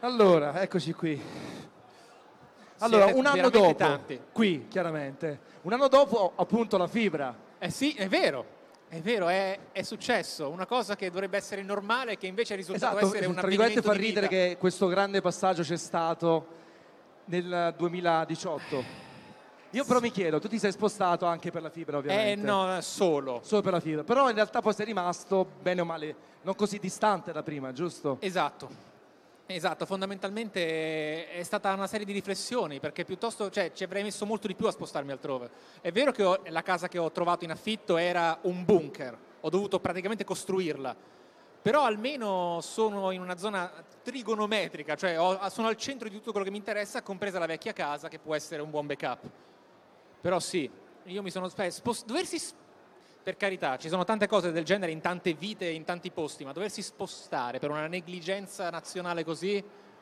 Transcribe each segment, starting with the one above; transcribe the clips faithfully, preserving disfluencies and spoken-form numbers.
Allora, eccoci qui. Allora, Siete un anno veramente dopo, tanti. qui, chiaramente, un anno dopo, appunto, la fibra. Eh sì, è vero, è vero, è, è successo. Una cosa che dovrebbe essere normale, che invece è risultato Esatto, essere un tra virgolette avvenimento fa di ridere vita. che questo grande passaggio c'è stato nel duemiladiciotto. Io però mi chiedo, tu ti sei spostato anche per la fibra, Eh ovviamente. no, solo. Solo per la fibra. Però in realtà poi sei rimasto, bene o male, non così distante da prima, giusto? Esatto. Esatto, fondamentalmente è stata una serie di riflessioni, perché piuttosto, cioè, ci avrei messo molto di più a spostarmi altrove. È vero che ho- la casa che ho trovato in affitto era un bunker, ho dovuto praticamente costruirla, però almeno sono in una zona trigonometrica, cioè ho- sono al centro di tutto quello che mi interessa, compresa la vecchia casa, che può essere un buon backup. Però sì, io mi sono spe- spost- doversi s- per carità, ci sono tante cose del genere in tante vite, in tanti posti, ma doversi spostare per una negligenza nazionale così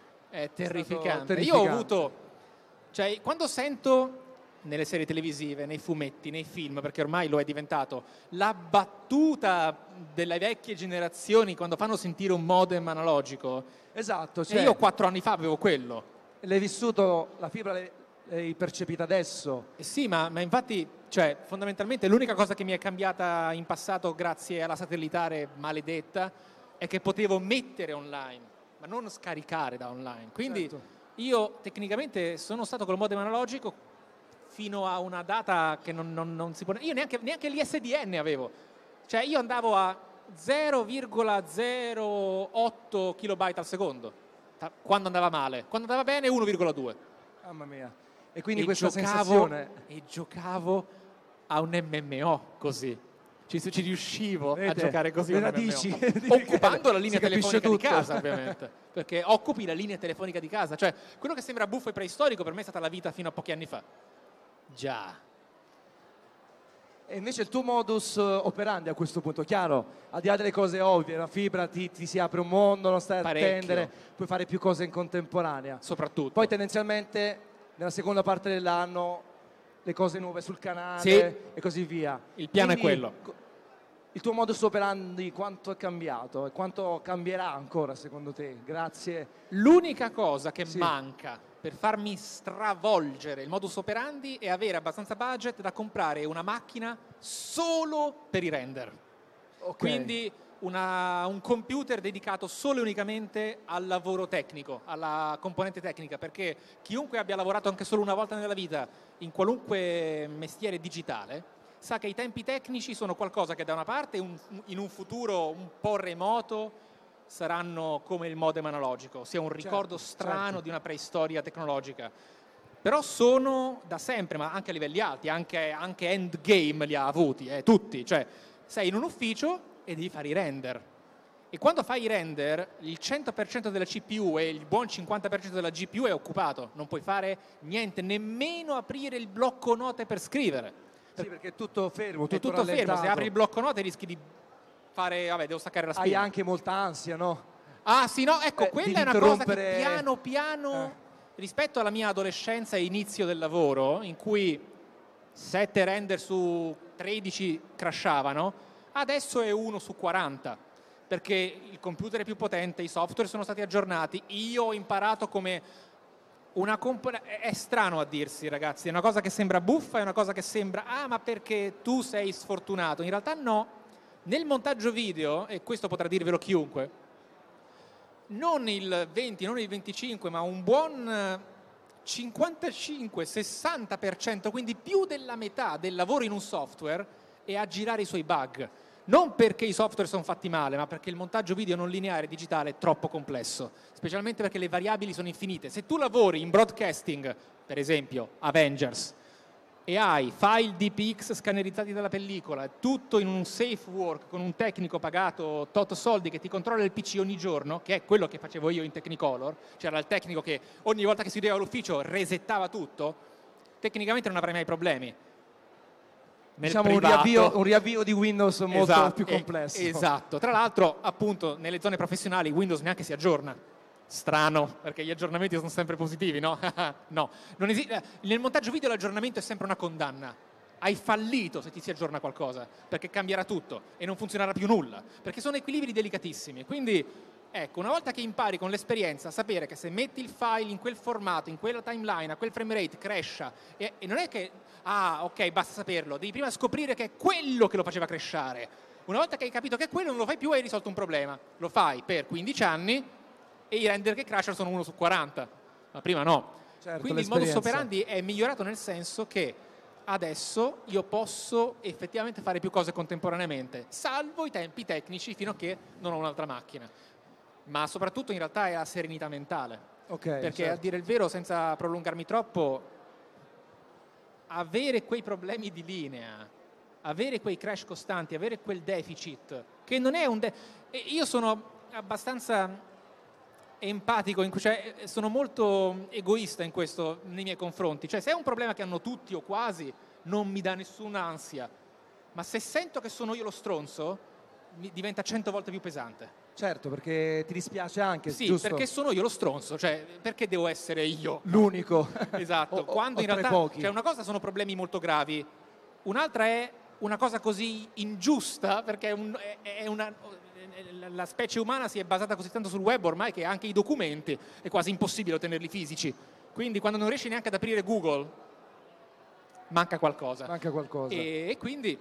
è terrificante. Io ho terrificante. avuto, cioè, quando sento nelle serie televisive, nei fumetti, nei film, perché ormai lo è diventato, la battuta delle vecchie generazioni quando fanno sentire un modem analogico, Esatto, e cioè, io quattro anni fa avevo quello. l'hai vissuto, la fibra l'hai l'hai percepita adesso. Eh sì, ma, ma infatti, cioè, fondamentalmente l'unica cosa che mi è cambiata in passato grazie alla satellitare maledetta è che potevo mettere online, ma non scaricare da online. Quindi Certo. io tecnicamente sono stato col modem analogico fino a una data che non, non- non si può... Io neanche, neanche l'I S D N avevo. Cioè io andavo a zero virgola zero otto kilobyte al secondo, ta- quando andava male. Quando andava bene uno virgola due. Mamma mia. E quindi E questa giocavo, sensazione... e giocavo a un M M O così. Ci, ci riuscivo Vede, a giocare così me a la un M M O. dici? Occupando la Si linea capisce telefonica di tutto. casa, ovviamente. Perché occupi la linea telefonica di casa. Cioè, quello che sembra buffo e preistorico per me è stata la vita fino a pochi anni fa. Già. E invece il tuo modus operandi a questo punto, chiaro, al di là delle cose ovvie, la fibra ti, ti si apre un mondo, non stai a Parecchio. attendere, puoi fare più cose in contemporanea. Soprattutto. Poi tendenzialmente nella seconda parte dell'anno le cose nuove sul canale Sì. e così via. Il piano è Quindi, quello. co- Il tuo modus operandi quanto è cambiato e quanto cambierà ancora secondo te? Grazie. L'unica cosa che Sì. manca per farmi stravolgere il modus operandi è avere abbastanza budget da comprare una macchina solo per i render. Ok. Quindi una- un computer dedicato solo e unicamente al lavoro tecnico, alla componente tecnica, perché chiunque abbia lavorato anche solo una volta nella vita in qualunque mestiere digitale sa che i tempi tecnici sono qualcosa che da una parte un- in un futuro un po' remoto saranno come il modem analogico, ossia un ricordo Certo, strano certo. di una preistoria tecnologica. Però sono da sempre, ma anche a livelli alti, anche, anche Endgame li ha avuti, eh, tutti. Cioè, sei in un ufficio e devi fare i render. E quando fai i render, il cento per cento della C P U e il buon cinquanta per cento della G P U è occupato. Non puoi fare niente, nemmeno aprire il blocco note per scrivere. Sì, perché è tutto fermo, tutto, È tutto fermo, se rallentato. apri il blocco note rischi di fare, vabbè, devo staccare la Hai spina. anche molta ansia, no? Ah sì, no, ecco, Eh, quella devi è una cosa che interrompere- piano piano, Eh. rispetto alla mia adolescenza e inizio del lavoro, in cui sette render su tredici crashavano, adesso è uno su quaranta, perché il computer è più potente, i software sono stati aggiornati, io ho imparato come una componente... È strano a dirsi, ragazzi, è una cosa che sembra buffa, è una cosa che sembra, ah, ma perché tu sei sfortunato? In realtà no. Nel montaggio video, e questo potrà dirvelo chiunque, non il venti, non il venticinque, ma un buon cinquantacinque sessanta per cento, quindi più della metà del lavoro in un software è a girare i suoi bug. Non perché i software sono fatti male, ma perché il montaggio video non lineare digitale è troppo complesso, specialmente perché le variabili sono infinite. Se tu lavori in broadcasting, per esempio Avengers, e hai file D P X scannerizzati dalla pellicola, tutto in un safe work con un tecnico pagato tot soldi che ti controlla il P C ogni giorno, che è quello che facevo io in Technicolor, c'era il tecnico che ogni volta che si chiudeva l'ufficio resettava tutto, tecnicamente non avrai mai problemi. Nel Diciamo un privato- riavvio, un riavvio di Windows molto Esatto, più eh, complesso. esatto. Tra l'altro, appunto, nelle zone professionali Windows neanche si aggiorna. Strano, perché gli aggiornamenti sono sempre positivi, no? No, non esiste. Nel montaggio video l'aggiornamento è sempre una condanna. Hai fallito se ti si aggiorna qualcosa, perché cambierà tutto e non funzionerà più nulla, perché sono equilibri delicatissimi. Quindi Ecco, una volta che impari con l'esperienza a sapere che se metti il file in quel formato, in quella timeline, a quel frame rate, crasha, e, e non è che, ah, ok, basta saperlo, devi prima scoprire che è quello che lo faceva crashare. Una volta che hai capito che è quello, non lo fai più e hai risolto un problema. Lo fai per quindici anni e i render che crashano sono uno su quaranta, ma prima no. Certo, Quindi il modus operandi è migliorato nel senso che adesso io posso effettivamente fare più cose contemporaneamente, salvo i tempi tecnici fino a che non ho un'altra macchina. Ma soprattutto in realtà è la serenità mentale. Okay, perché certo. a dire il vero, senza prolungarmi troppo, avere quei problemi di linea, avere quei crash costanti, avere quel deficit, che non è un... De- io sono abbastanza empatico, in, cioè sono molto egoista in questo nei miei confronti, cioè se è un problema che hanno tutti o quasi non mi dà nessuna ansia, ma se sento che sono io lo stronzo mi diventa cento volte più pesante. Certo, perché ti dispiace anche, Sì, giusto? perché sono io lo stronzo, cioè perché devo essere io l'unico. esatto, o, quando o in tra realtà, pochi. cioè una cosa sono problemi molto gravi, un'altra è una cosa così ingiusta, perché è, un, è, è una... la specie umana si è basata così tanto sul web ormai che anche i documenti è quasi impossibile ottenerli fisici, quindi quando non riesci neanche ad aprire Google manca qualcosa, manca qualcosa. E, e quindi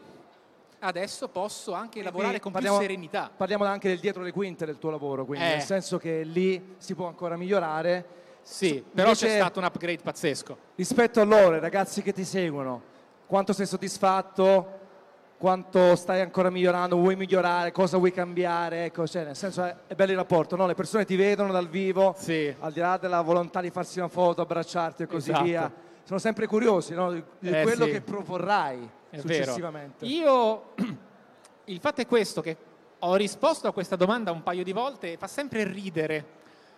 adesso posso anche Quindi lavorare con parliamo, più serenità. Parliamo anche del dietro le quinte del tuo lavoro, quindi Eh. nel senso che lì si può ancora migliorare. Sì, però Invece, c'è stato un upgrade pazzesco. Rispetto a loro, i ragazzi che ti seguono, quanto sei soddisfatto? Quanto stai ancora migliorando? Vuoi migliorare? Cosa vuoi cambiare? Ecco, cioè, nel senso è, è bello il rapporto, no? Le persone ti vedono dal vivo, Sì. al di là della volontà di farsi una foto, abbracciarti e così Esatto. via. Sono sempre curiosi, no? Di di Eh, quello sì. che proporrai È successivamente. vero. Io, il fatto è questo, che ho risposto a questa domanda un paio di volte e fa sempre ridere,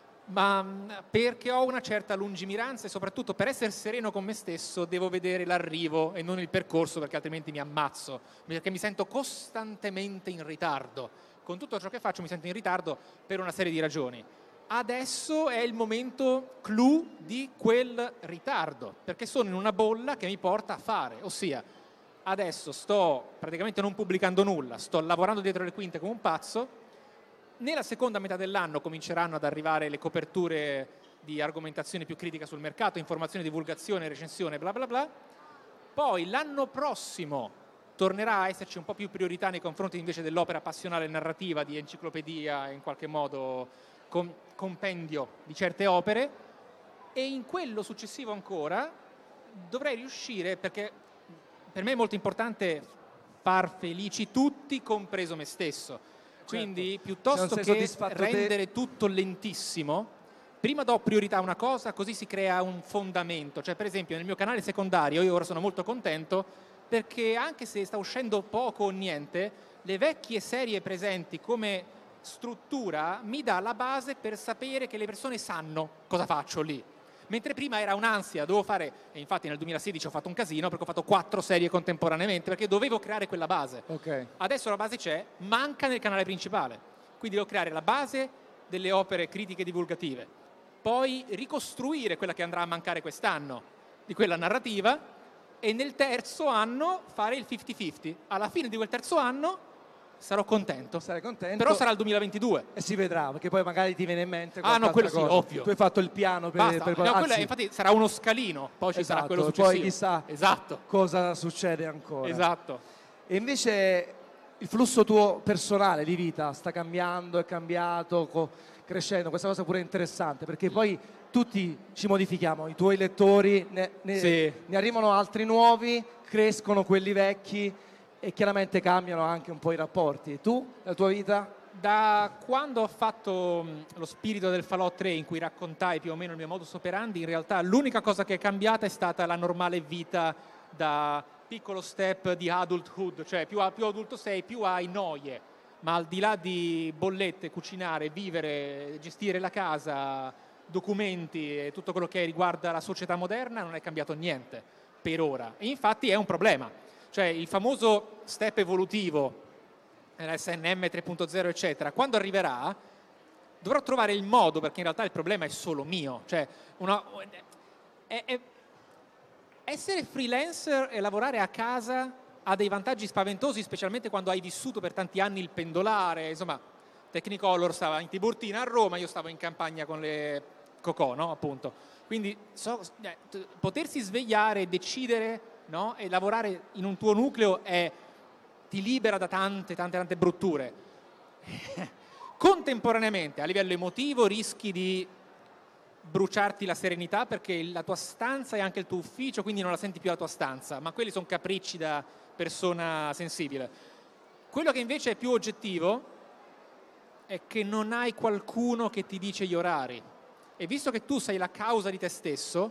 ma perché ho una certa lungimiranza e soprattutto per essere sereno con me stesso devo vedere l'arrivo e non il percorso, perché altrimenti mi ammazzo, perché mi sento costantemente in ritardo. Con tutto ciò che faccio mi sento in ritardo per una serie di ragioni. Adesso è il momento clou di quel ritardo, perché sono in una bolla che mi porta a fare, ossia adesso sto praticamente non pubblicando nulla, sto lavorando dietro le quinte come un pazzo. Nella seconda metà dell'anno cominceranno ad arrivare le coperture di argomentazione più critica sul mercato, informazione, divulgazione, recensione, bla bla bla. Poi l'anno prossimo tornerà a esserci un po' più priorità nei confronti invece dell'opera passionale narrativa di enciclopedia, in qualche modo com- compendio di certe opere, e in quello successivo ancora dovrei riuscire, perché per me è molto importante far felici tutti, compreso me stesso. Quindi piuttosto che rendere te... tutto lentissimo, prima do priorità a una cosa, così si crea un fondamento. Cioè per esempio nel mio canale secondario io ora sono molto contento perché anche se sta uscendo poco o niente, le vecchie serie presenti come struttura mi dà la base per sapere che le persone sanno cosa faccio lì. Mentre prima era un'ansia, dovevo fare, e infatti nel duemilasedici ho fatto un casino perché ho fatto quattro serie contemporaneamente perché dovevo creare quella base. Okay. Adesso la base c'è, manca nel canale principale, quindi devo creare la base delle opere critiche divulgative, poi ricostruire quella che andrà a mancare quest'anno di quella narrativa e nel terzo anno fare il cinquanta cinquanta. Alla fine di quel terzo anno sarò contento. Sarai contento. Però sarà il duemilaventidue. E si vedrà, perché poi magari ti viene in mente Ah no, quello sì, cosa. ovvio. Tu hai fatto il piano per... Basta. per... No, quello Anzi, è, infatti sarà uno scalino, poi ci esatto, sarà quello successivo. poi chissà esatto. cosa succede ancora. Esatto. E invece il flusso tuo personale di vita sta cambiando, è cambiato, co- crescendo, questa cosa pure è interessante, perché poi tutti ci modifichiamo, i tuoi lettori, ne, ne, Sì. ne arrivano altri nuovi, crescono quelli vecchi e chiaramente cambiano anche un po' i rapporti. Tu, la tua vita? Da quando ho fatto mh, lo spirito del Fallout tre, in cui raccontai più o meno il mio modus operandi, in realtà l'unica cosa che è cambiata è stata la normale vita da piccolo step di adulthood, cioè più, a, più adulto sei, più hai noie, ma al di là di bollette, cucinare, vivere, gestire la casa, documenti e tutto quello che riguarda la società moderna non è cambiato niente per ora. E infatti è un problema. Cioè il famoso step evolutivo, S N M tre punto zero eccetera, quando arriverà dovrò trovare il modo, perché in realtà il problema è solo mio. Cioè una, è, è, essere freelancer e lavorare a casa ha dei vantaggi spaventosi, specialmente quando hai vissuto per tanti anni il pendolare, insomma Technicolor stava in Tiburtina a Roma, io stavo in campagna con le Cocò, no? Appunto. Quindi so, eh, t- potersi svegliare, decidere, no? E lavorare in un tuo nucleo è, ti libera da tante, tante, tante brutture. Contemporaneamente, a livello emotivo, rischi di bruciarti la serenità perché la tua stanza è anche il tuo ufficio, quindi non la senti più la tua stanza, ma quelli sono capricci da persona sensibile. Quello che invece è più oggettivo è che non hai qualcuno che ti dice gli orari, e visto che tu sei la causa di te stesso,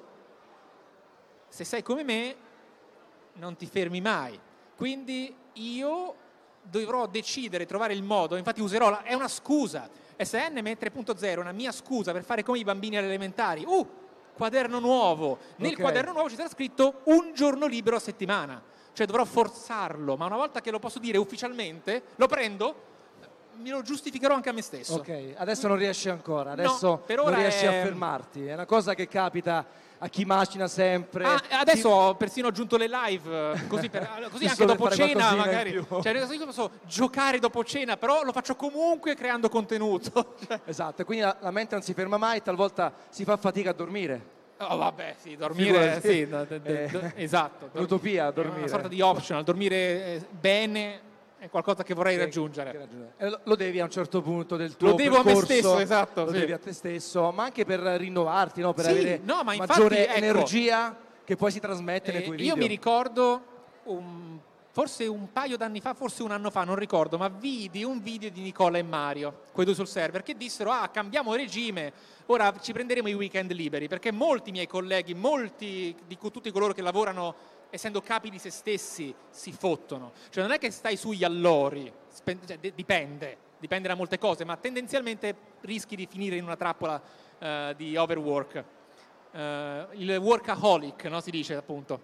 se sei come me non ti fermi mai, quindi io dovrò decidere, trovare il modo, infatti userò la, è una scusa, S N M tre punto zero è una mia scusa per fare come i bambini alle elementari. Uh, quaderno nuovo, nel Ok. quaderno nuovo ci sarà scritto un giorno libero a settimana, cioè dovrò forzarlo, ma una volta che lo posso dire ufficialmente lo prendo, me lo giustificherò anche a me stesso. Ok, adesso non riesci ancora, adesso No, per ora non riesci è- a fermarti, è una cosa che capita a chi macina sempre. Ah, adesso Chi- ho persino aggiunto le live, eh, così, per- così Giusto anche per dopo fare cena qualcosina in magari, più. cioè così posso giocare dopo cena, però lo faccio comunque creando contenuto. Cioè, Esatto, e quindi la, la mente non si ferma mai, talvolta si fa fatica a dormire. oh, vabbè, sì, dormire, Figurati. sì, do- do- do- Eh, do- esatto. l'utopia, È dormire. una sorta di optional, dormire eh, bene è qualcosa che vorrei Che- raggiungere. che ragione. E lo, lo devi a un certo punto del tuo Lo devo a me percorso, stesso, esatto, Lo sì. devi a te stesso, ma anche per rinnovarti, no? Per Sì, avere no, ma infatti, maggiore ecco, energia che poi si trasmette nei Eh, tuoi io video. mi ricordo, un- forse un paio d'anni fa, forse un anno fa, non ricordo, ma vidi un video di Nicola e Mario, quei due sul server, che dissero, ah, cambiamo regime, ora ci prenderemo i weekend liberi, perché molti miei colleghi, molti di co- tutti coloro che lavorano essendo capi di se stessi, si fottono. Cioè non è che stai sugli allori, spen- cioè, de- dipende, dipende da molte cose, ma tendenzialmente rischi di finire in una trappola eh, di overwork. Eh, il workaholic, no, si dice appunto.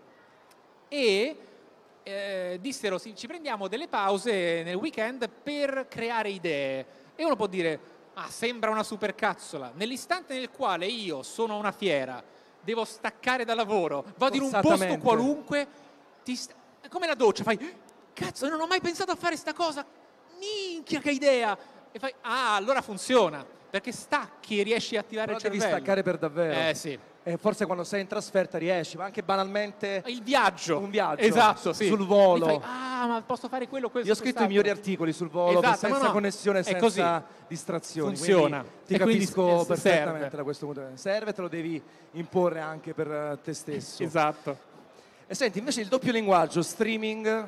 E eh, dissero sì, ci prendiamo delle pause nel weekend per creare idee, e uno può dire ah, sembra una supercazzola, nell'istante nel quale io sono a una fiera, devo staccare da lavoro, vado in un posto Forzatamente. qualunque, ti st- come la doccia, fai cazzo, non ho mai pensato a fare sta cosa, minchia che idea, e fai ah, allora funziona, perché stacchi e riesci a attivare Però il devi cervello. staccare per davvero. Eh sì. E forse quando sei in trasferta riesci, ma anche banalmente Il viaggio. un viaggio Esatto, sì. sul volo. Mi fai, ah, ma posso fare quello, questo, Io ho scritto i quest'altro. migliori articoli sul volo, Esatto, senza no, no, connessione, è senza così. distrazioni. Funziona. Quindi ti E quindi capisco s- perfettamente serve. da questo punto di vista. Serve, te lo devi imporre anche per eh, te stesso. Esatto. E senti, invece il doppio linguaggio, streaming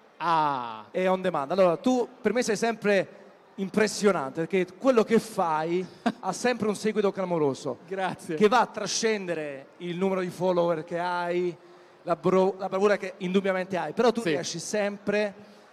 Ah, e on demand. Allora, tu per me sei sempre impressionante, perché quello che fai ha sempre un seguito clamoroso, grazie. che va a trascendere il numero di follower che hai, la, bro- la bravura che indubbiamente hai, però tu Sì. riesci sempre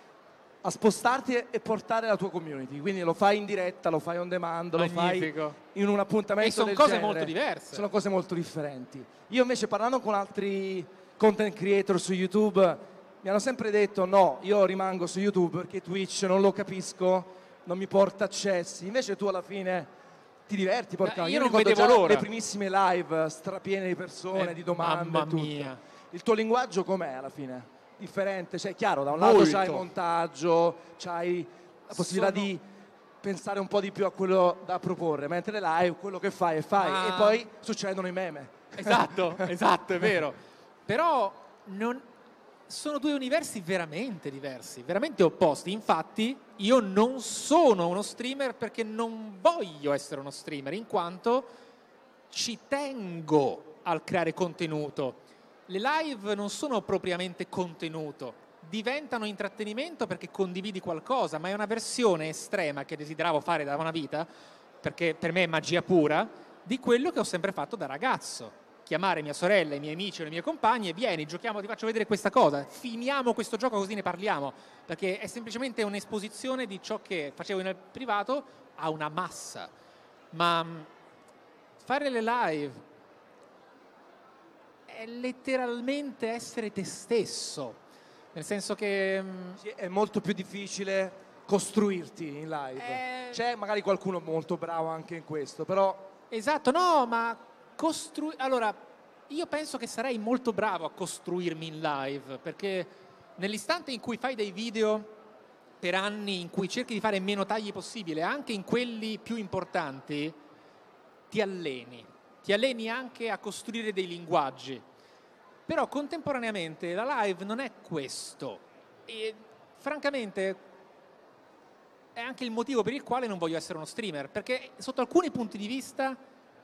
a spostarti e- e portare la tua community, quindi lo fai in diretta, lo fai on demand, lo fai Magnifico. in un appuntamento E sono del cose genere. molto diverse. Sono cose molto differenti. Io invece, parlando con altri content creator su YouTube, mi hanno sempre detto no, io rimango su YouTube perché Twitch non lo capisco, non mi porta accessi. Invece tu alla fine ti diverti, porca. Ma io Io non ricordo vedevo già l'ora. le primissime live strapiene di persone, Eh, di domande, mamma e tutto. mia. Il tuo linguaggio com'è alla fine? Differente? Cioè, chiaro, da un lato Molto. c'hai il montaggio, c'hai la possibilità Sono- di pensare un po' di più a quello da proporre, mentre le live quello che fai e fai, Ma- e poi succedono i meme. Esatto, esatto, è vero. Però non- sono due universi veramente diversi, veramente opposti. Infatti io non sono uno streamer perché non voglio essere uno streamer, in quanto ci tengo al creare contenuto. Le live non sono propriamente contenuto, diventano intrattenimento perché condividi qualcosa, ma è una versione estrema che desideravo fare da una vita, perché per me è magia pura, di quello che ho sempre fatto da ragazzo. Chiamare mia sorella, i miei amici o le mie compagne, vieni, giochiamo, ti faccio vedere questa cosa, finiamo questo gioco così ne parliamo, perché è semplicemente un'esposizione di ciò che facevo nel privato a una massa. Ma mh, fare le live è letteralmente essere te stesso, nel senso che mh, Sì, è molto più difficile costruirti in live. Eh. C'è magari qualcuno molto bravo anche in questo, però esatto, no, ma costrui... Allora, io penso che sarei molto bravo a costruirmi in live, perché nell'istante in cui fai dei video per anni in cui cerchi di fare meno tagli possibile, anche in quelli più importanti, ti alleni. Ti alleni anche a costruire dei linguaggi. Però contemporaneamente la live non è questo. E francamente è anche il motivo per il quale non voglio essere uno streamer, perché sotto alcuni punti di vista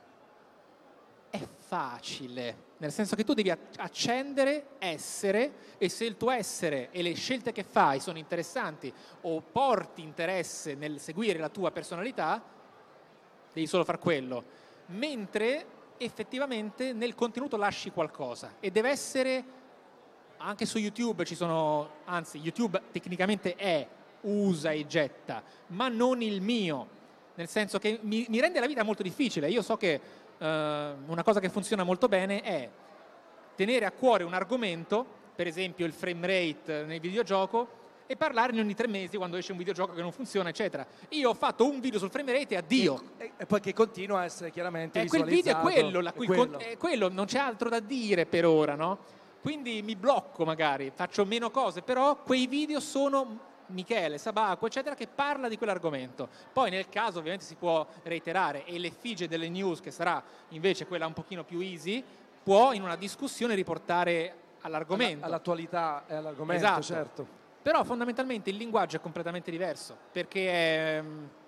è facile, nel senso che tu devi accendere, essere, e se il tuo essere e le scelte che fai sono interessanti o porti interesse nel seguire la tua personalità, devi solo far quello, mentre effettivamente nel contenuto lasci qualcosa, e deve essere, anche su YouTube ci sono, anzi YouTube tecnicamente è usa e getta, ma non il mio, nel senso che mi, mi rende la vita molto difficile. Io so che uh, una cosa che funziona molto bene è tenere a cuore un argomento, per esempio il frame rate nel videogioco, e parlarne ogni tre mesi quando esce un videogioco che non funziona, eccetera. Io ho fatto un video sul frame rate e addio. E, e poi che continua a essere chiaramente e quel video è quello, la cui è quello. Con, è quello, non c'è altro da dire per ora, no? Quindi mi blocco magari, faccio meno cose, però quei video sono Michele, Sabaco, eccetera, che parla di quell'argomento. Poi nel caso ovviamente si può reiterare, e l'effigie delle news, che sarà invece quella un pochino più easy, può in una discussione riportare all'argomento. All'attualità e all'argomento, esatto. Certo. Però fondamentalmente il linguaggio è completamente diverso, perché è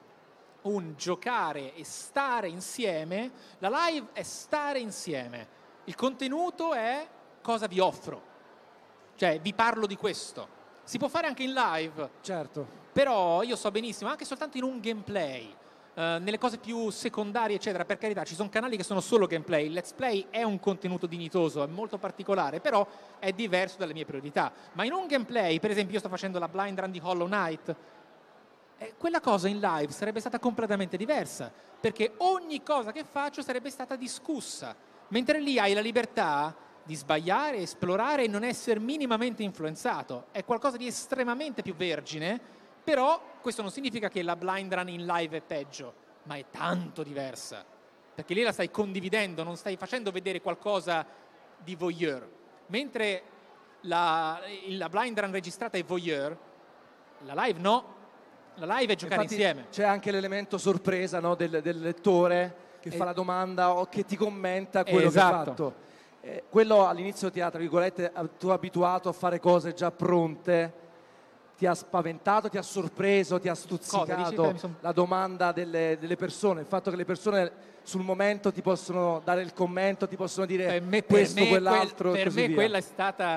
un giocare e stare insieme. La live è stare insieme, il contenuto è cosa vi offro, cioè vi parlo di questo. Si può fare anche in live, certo, però io so benissimo, anche soltanto in un gameplay, Uh, nelle cose più secondarie eccetera, per carità ci sono canali che sono solo gameplay, il let's play è un contenuto dignitoso, è molto particolare, però è diverso dalle mie priorità. Ma in un gameplay, per esempio io sto facendo la blind run di Hollow Knight, eh, quella cosa in live sarebbe stata completamente diversa, perché ogni cosa che faccio sarebbe stata discussa, mentre lì hai la libertà di sbagliare, esplorare e non essere minimamente influenzato. È qualcosa di estremamente più vergine. Però questo non significa che la blind run in live è peggio, ma è tanto diversa, perché lì la stai condividendo, non stai facendo vedere qualcosa di voyeur. Mentre la, la blind run registrata è voyeur, la live no, la live è giocare Infatti insieme. C'è anche l'elemento sorpresa, no, del, del lettore che Eh, fa la domanda o che ti commenta quello esatto. che hai fatto. Eh, quello all'inizio ti ha, tra virgolette, tu abituato a fare cose già pronte. Ti ha spaventato, ti ha sorpreso, ti ha stuzzicato Dici, son... la domanda delle, delle persone, il fatto che le persone sul momento ti possono dare il commento, ti possono dire per me, questo, per me, quell'altro. Quel, per me via. quella è stata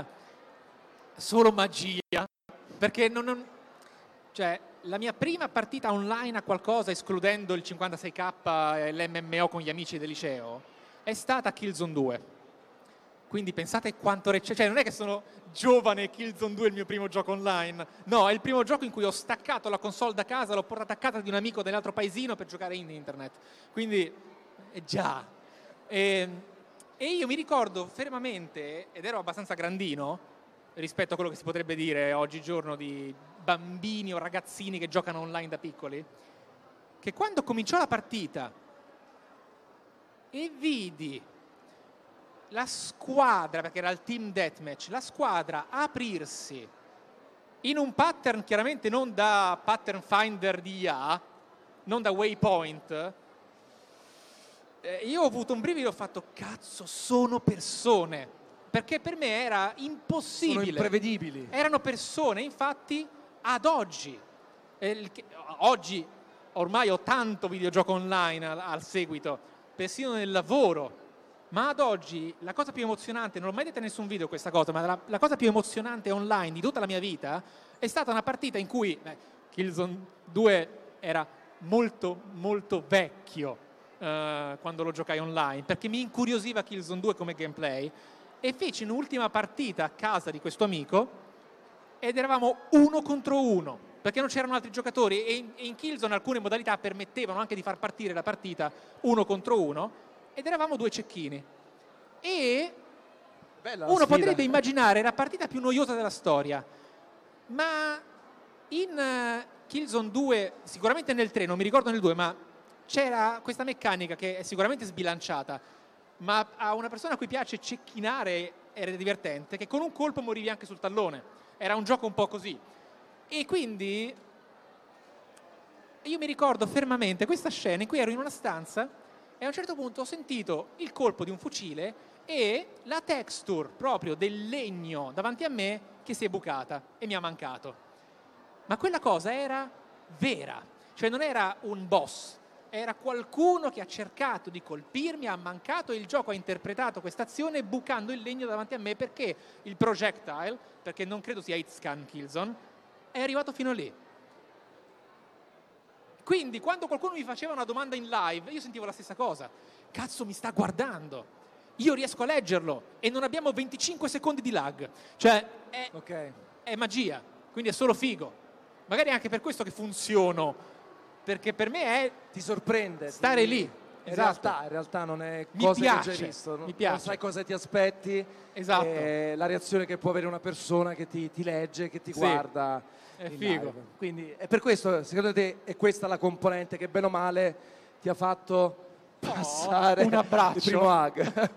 solo magia, perché non, non, cioè, la mia prima partita online a qualcosa, escludendo il cinquantasei K e l'emme emme o con gli amici del liceo, è stata Killzone due. Quindi pensate quanto rec- cioè non è che sono giovane e Killzone due è il mio primo gioco online, no, è il primo gioco in cui ho staccato la console da casa, l'ho portata a casa di un amico dell'altro paesino per giocare in internet, quindi eh, già e, e io mi ricordo fermamente, ed ero abbastanza grandino rispetto a quello che si potrebbe dire oggigiorno di bambini o ragazzini che giocano online da piccoli, che quando cominciò la partita e vidi la squadra, perché era il team deathmatch, la squadra aprirsi in un pattern chiaramente non da pattern finder di I A, non da waypoint, eh, io ho avuto un brivido e ho fatto cazzo, sono persone, perché per me era impossibile. Sono imprevedibili. Erano persone, infatti ad oggi, eh, oggi ormai ho tanto videogioco online al, al seguito, persino nel lavoro. Ma ad oggi la cosa più emozionante, non l'ho mai detta in nessun video questa cosa, ma la, la cosa più emozionante online di tutta la mia vita è stata una partita in cui beh, Killzone due era molto molto vecchio eh, quando lo giocai online, perché mi incuriosiva Killzone due come gameplay, e feci un'ultima partita a casa di questo amico ed eravamo uno contro uno, perché non c'erano altri giocatori, e in, e in Killzone alcune modalità permettevano anche di far partire la partita uno contro uno, ed eravamo due cecchini. E Bella uno sfida. potrebbe immaginare la partita più noiosa della storia, ma in uh, Killzone due, sicuramente nel tre, non mi ricordo nel due, ma c'era questa meccanica che è sicuramente sbilanciata, ma a una persona a cui piace cecchinare era divertente, che con un colpo morivi anche sul tallone. Era un gioco un po' così. E quindi io mi ricordo fermamente questa scena in cui ero in una stanza e a un certo punto ho sentito il colpo di un fucile e la texture proprio del legno davanti a me che si è bucata e mi ha mancato. Ma quella cosa era vera, cioè non era un boss, era qualcuno che ha cercato di colpirmi, ha mancato e il gioco ha interpretato questa azione bucando il legno davanti a me perché il projectile, perché non credo sia Hitscan Killzone, è arrivato fino lì. Quindi quando qualcuno mi faceva una domanda in live, io sentivo la stessa cosa. Cazzo, mi sta guardando. Io riesco a leggerlo e non abbiamo venticinque secondi di lag. Cioè, è, Ok. è magia, quindi è solo figo. Magari è anche per questo che funziono, perché per me è Ti sorprende. stare ti- lì. In Esatto. realtà, in realtà non è Mi cosa piace, che già hai visto. Non, mi non piace. sai cosa ti aspetti. Esatto. E la reazione che può avere una persona che ti, ti legge, che ti Sì. guarda. È in figo. live. Quindi è per questo, secondo te, è questa la componente che bene o male ti ha fatto passare un abbraccio. il primo hug.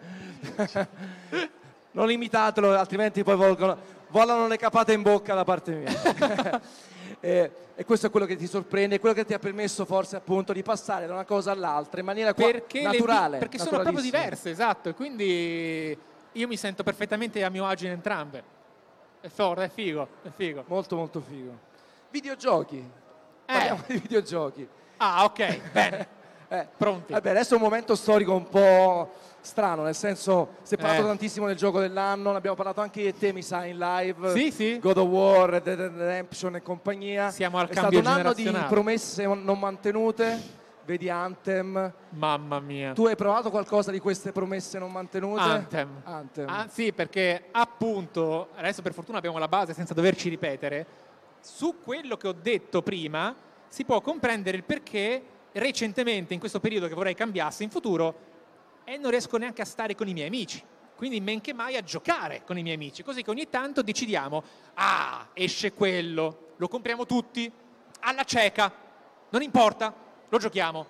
Non imitatelo, altrimenti poi volgono, volano le capate in bocca da parte mia. e, e questo è quello che ti sorprende, quello che ti ha permesso forse appunto di passare da una cosa all'altra in maniera qua- Perché, le naturale. vi- perché sono proprio naturalissima. diverse, esatto, e quindi io mi sento perfettamente a mio agio in entrambe. È forte, è figo, è figo. Molto molto figo. Videogiochi. Parliamo di videogiochi. Ah, ok, bene. Eh, Pronti. Vabbè, adesso è un momento storico un po' strano, nel senso si è parlato Eh. tantissimo del gioco dell'anno, ne abbiamo parlato anche io e te, mi sa, in live. Sì, sì. God of War, Red Dead Redemption e compagnia. Siamo al è cambio stato un anno di generazionale. promesse non mantenute, vedi Anthem. Mamma mia. Tu hai provato qualcosa di queste promesse non mantenute? Anthem. Anthem. Ah, sì, perché appunto, adesso per fortuna abbiamo la base senza doverci ripetere, su quello che ho detto prima si può comprendere il perché recentemente, in questo periodo che vorrei cambiasse in futuro, e non riesco neanche a stare con i miei amici. Quindi men che mai a giocare con i miei amici, così che ogni tanto decidiamo, ah, esce quello, lo compriamo tutti, alla cieca, non importa, lo giochiamo.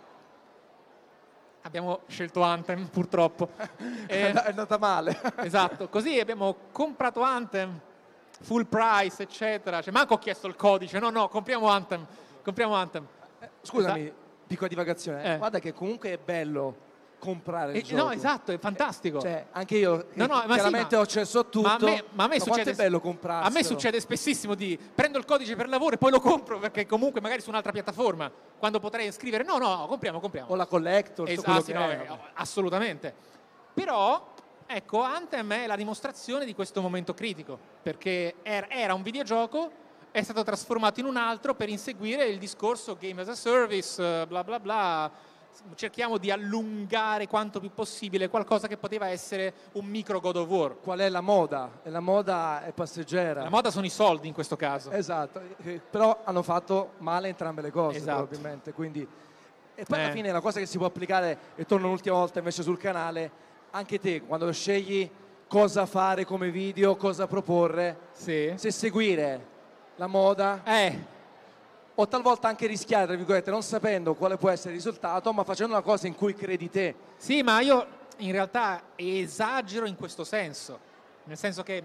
Abbiamo scelto Anthem, purtroppo. Eh, È andata male. esatto, così abbiamo comprato Anthem, full price, eccetera. Cioè, manco ho chiesto il codice, no, no, compriamo Anthem, compriamo Anthem. Scusami, piccola divagazione. Eh. Guarda che comunque è bello comprare il E- gioco. no, esatto, è fantastico. Cioè, anche io No, no, che ma sì, chiaramente ma- ho accesso a tutto. ma a me, ma a me quanto succede, è bello comprarlo. a me succede spessissimo di prendo il codice per lavoro e poi lo compro perché comunque magari su un'altra piattaforma, quando potrei scrivere no, no, compriamo, compriamo. O la collector, Es- quello ah, sì, che no, è. eh, assolutamente. Però, ecco, Anthem è la dimostrazione di questo momento critico, perché er- era un videogioco, è stato trasformato in un altro per inseguire il discorso game as a service, eh, bla bla bla. Cerchiamo di allungare quanto più possibile qualcosa che poteva essere un micro God of War. Qual è la moda? E la moda è passeggera. La moda sono i soldi in questo caso. Esatto, eh, però hanno fatto male entrambe le cose Esatto. probabilmente. Quindi... E poi alla Eh. fine la cosa che si può applicare, e torno un'ultima volta invece sul canale, anche te quando scegli cosa fare come video, cosa proporre, Sì. se seguire la moda Eh, o talvolta anche rischiare, tra virgolette, non sapendo quale può essere il risultato, ma facendo una cosa in cui credi te. sì, ma io in realtà esagero in questo senso, nel senso che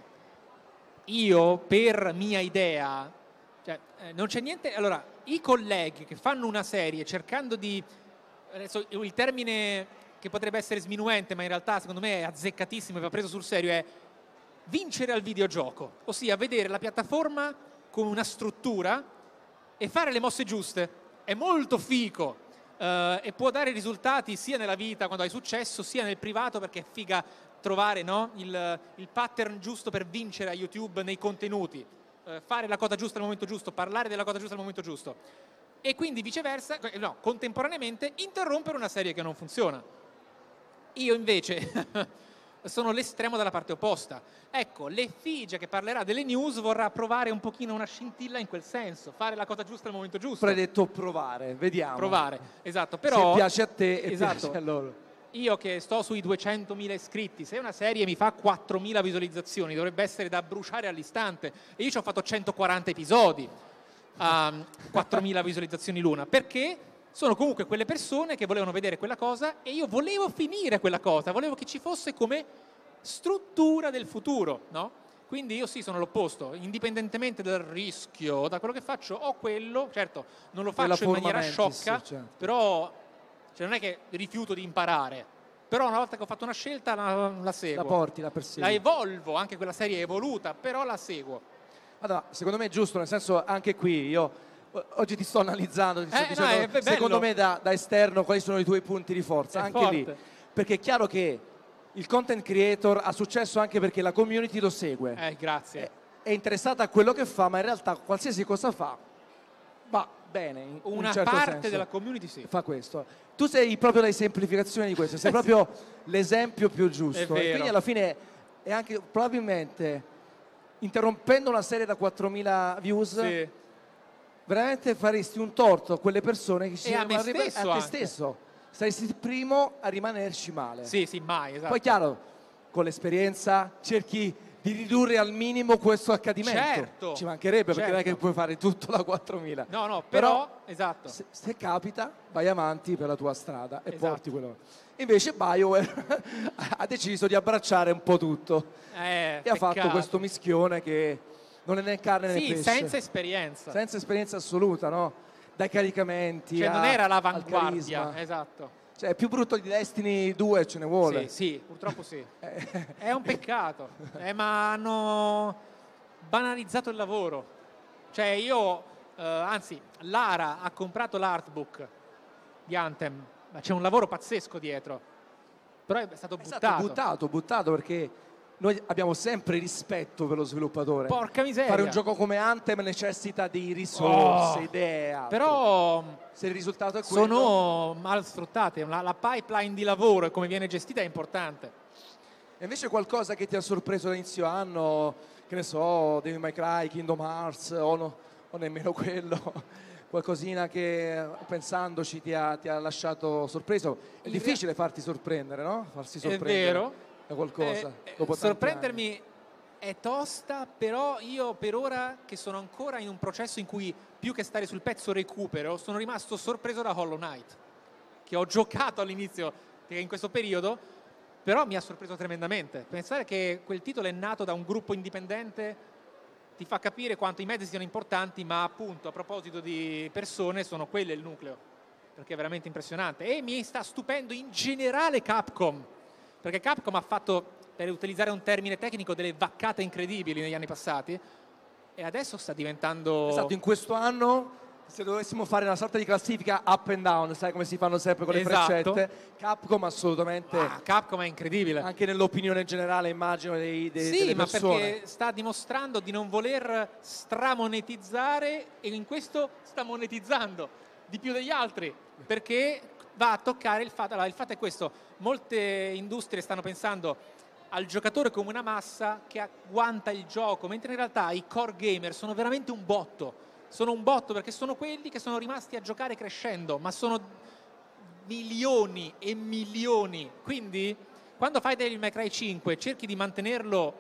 io per mia idea, cioè, eh, non c'è niente, allora i colleghi che fanno una serie cercando di, adesso il termine che potrebbe essere sminuente ma in realtà secondo me è azzeccatissimo e va preso sul serio, è vincere al videogioco, ossia vedere la piattaforma come una struttura e fare le mosse giuste. È molto fico eh, e può dare risultati sia nella vita quando hai successo sia nel privato, perché è figa trovare, no, il, il pattern giusto per vincere a YouTube nei contenuti, eh, fare la cosa giusta al momento giusto, parlare della cosa giusta al momento giusto e quindi viceversa, eh, no, contemporaneamente interrompere una serie che non funziona. Io invece sono l'estremo dalla parte opposta. Ecco, l'effigie che parlerà delle news vorrà provare un pochino una scintilla in quel senso, fare la cosa giusta al momento giusto. Però hai detto provare, vediamo. Provare, esatto. Però, se piace a te e esatto, piace a loro. io che sto sui duecentomila iscritti, se una serie mi fa quattromila visualizzazioni dovrebbe essere da bruciare all'istante e io ci ho fatto centoquaranta episodi a quattromila visualizzazioni l'una, perché sono comunque quelle persone che volevano vedere quella cosa e io volevo finire quella cosa, volevo che ci fosse come struttura del futuro, no? Quindi io sì, sono l'opposto, indipendentemente dal rischio, da quello che faccio, ho quello, certo, non lo Quella faccio in maniera forma mentis, sciocca, certo. però cioè, non è che rifiuto di imparare, però una volta che ho fatto una scelta la, la seguo. La porti, la La persegui. evolvo, anche quella serie è evoluta, però la seguo. Allora, secondo me è giusto, nel senso anche qui io o- oggi ti sto analizzando, ti sto Eh, no, dicendo, è be- secondo bello. me da, da esterno quali sono i tuoi punti di forza, È anche forte. lì, perché è chiaro che il content creator ha successo anche perché la community lo segue, Eh, grazie. è, è interessata a quello che fa, ma in realtà qualsiasi cosa fa va bene, in Una un certo parte senso. della community sì. Fa questo. Tu sei proprio la esemplificazione di questo, sei proprio l'esempio più giusto. È E vero. quindi alla fine è anche probabilmente interrompendo una serie da quattromila views, Sì. veramente faresti un torto a quelle persone che ci E a me arriva- stesso a te anche. stesso. Saresti il primo a rimanerci male. Sì, sì, mai, esatto. Poi chiaro, con l'esperienza cerchi di ridurre al minimo questo accadimento. Certo. Ci mancherebbe, perché non è Certo. che puoi fare tutto da quattromila. No, no, però, esatto. Se, se capita, vai avanti per la tua strada e Esatto. porti quello. Invece BioWare ha deciso di abbracciare un po' tutto Eh, e ha fatto peccato. questo mischione che non è né carne né Sì, pesce. senza esperienza. Senza esperienza assoluta, no? Dai caricamenti Cioè, non a- era al l'avanguardia, carisma. esatto. Cioè, è più brutto di Destiny due ce ne vuole. Sì, sì, purtroppo sì. È un peccato, eh, ma hanno banalizzato il lavoro. Cioè io, eh, anzi, Lara ha comprato l'artbook di Anthem, ma c'è un lavoro pazzesco dietro. Però è stato È buttato. stato buttato, buttato perché noi abbiamo sempre rispetto per lo sviluppatore. Porca miseria. Fare un gioco come Anthem necessita di risorse, Oh, idee, altro. Però Se il risultato è quello... sono mal sfruttate. La, la pipeline di lavoro e come viene gestita è importante. E invece qualcosa che ti ha sorpreso da inizio anno, che ne so, Devil May Cry, Kingdom Hearts, o, no- o nemmeno quello, qualcosina che pensandoci ti ha, ti ha lasciato sorpreso. È In difficile farti sorprendere, no? Farsi È sorprendere vero. da qualcosa. Eh, eh, dopo tanti sorprendermi è tosta, però io per ora che sono ancora in un processo in cui più che stare sul pezzo recupero, sono rimasto sorpreso da Hollow Knight, che ho giocato all'inizio, che in questo periodo, però mi ha sorpreso tremendamente. Pensare che quel titolo è nato da un gruppo indipendente ti fa capire quanto i mezzi siano importanti, ma appunto a proposito di persone sono quelle il nucleo, perché è veramente impressionante. E mi sta stupendo in generale Capcom, perché Capcom ha fatto, per utilizzare un termine tecnico, delle vaccate incredibili negli anni passati e adesso sta diventando... Esatto, in questo anno, se dovessimo fare una sorta di classifica up and down, sai come si fanno sempre con le Esatto. freccette, Capcom assolutamente, Ah, Capcom è incredibile. anche nell'opinione generale immagino dei, dei, Sì, delle ma persone. perché sta dimostrando di non voler stramonetizzare e in questo sta monetizzando di più degli altri, perché va a toccare il fatto, allora, il fatto è questo, molte industrie stanno pensando al giocatore come una massa che agguanta il gioco, mentre in realtà i core gamer sono veramente un botto, sono un botto perché sono quelli che sono rimasti a giocare crescendo, ma sono milioni e milioni, quindi quando fai Devil May Cry cinque cerchi di mantenerlo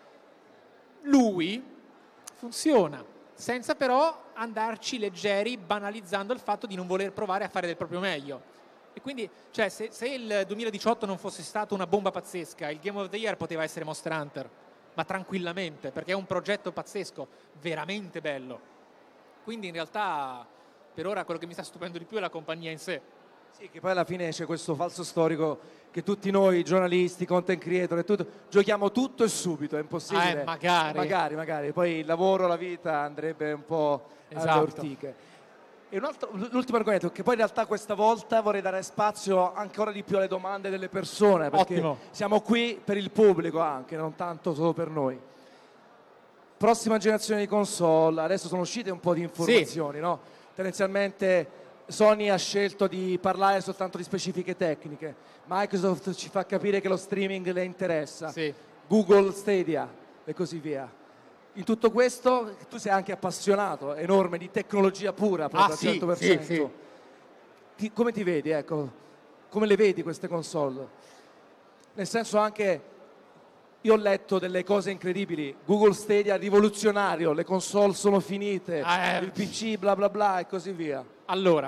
lui, funziona, senza però andarci leggeri banalizzando il fatto di non voler provare a fare del proprio meglio. E quindi, cioè, se, se il duemiladiciotto non fosse stato una bomba pazzesca, il Game of the Year poteva essere Monster Hunter, ma tranquillamente, perché è un progetto pazzesco, veramente bello. Quindi in realtà per ora quello che mi sta stupendo di più è la compagnia in sé. Sì, che poi alla fine c'è questo falso storico che tutti noi, giornalisti, content creator e tutto, giochiamo tutto e subito, è impossibile. Eh, magari. Magari, magari. Poi il lavoro, la vita andrebbe un po' Esatto. alle ortiche. E un altro, l'ultimo argomento, che poi in realtà questa volta vorrei dare spazio ancora di più alle domande delle persone, perché Ottimo. siamo qui per il pubblico anche, non tanto solo per noi. Prossima generazione di console, adesso sono uscite un po' di informazioni, no? Tendenzialmente Sony ha scelto di parlare soltanto di specifiche tecniche, Microsoft ci fa capire che lo streaming le interessa, Sì. Google Stadia e così via. In tutto questo tu sei anche appassionato, enorme, di tecnologia pura, proprio Ah, al sì, cento per cento. sì, sì. Ti- come ti vedi, ecco? Come le vedi queste console? Nel senso anche, io ho letto delle cose incredibili, Google Stadia rivoluzionario, le console sono finite, Ah, eh. il P C bla bla bla e così via. Allora,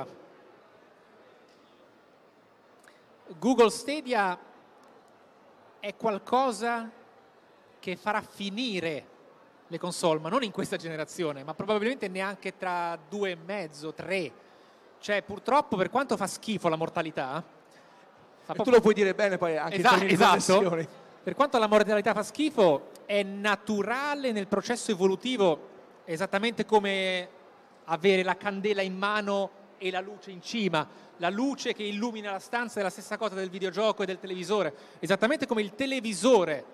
Google Stadia è qualcosa che farà finire le console, ma non in questa generazione, ma probabilmente neanche tra due e mezzo, tre. Cioè, purtroppo, per quanto fa schifo la mortalità, fa e tu lo puoi dire bene poi anche esatto, in termini di esatto. connessioni. Per quanto la mortalità fa schifo, è naturale nel processo evolutivo, esattamente come avere la candela in mano e la luce in cima. La luce che illumina la stanza è la stessa cosa del videogioco e del televisore, esattamente come il televisore,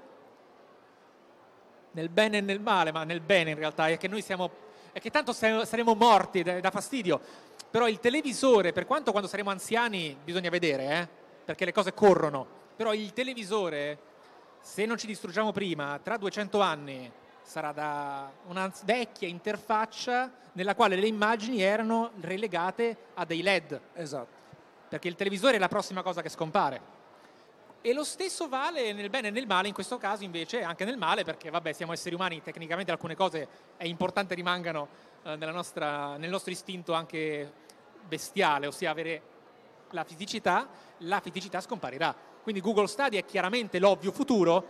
nel bene e nel male, ma nel bene in realtà, è che noi siamo, è che tanto saremo morti da, da fastidio, però il televisore, per quanto quando saremo anziani bisogna vedere, eh, perché le cose corrono, però il televisore, se non ci distruggiamo prima, tra duecento anni sarà da una vecchia interfaccia nella quale le immagini erano relegate a dei L E D. Esatto. Perché il televisore è la prossima cosa che scompare. E lo stesso vale nel bene e nel male, in questo caso invece anche nel male, perché vabbè, siamo esseri umani, tecnicamente alcune cose è importante rimangano eh, nella nostra, nel nostro istinto anche bestiale, ossia avere la fisicità, la fisicità scomparirà. Quindi Google Stadia è chiaramente l'ovvio futuro,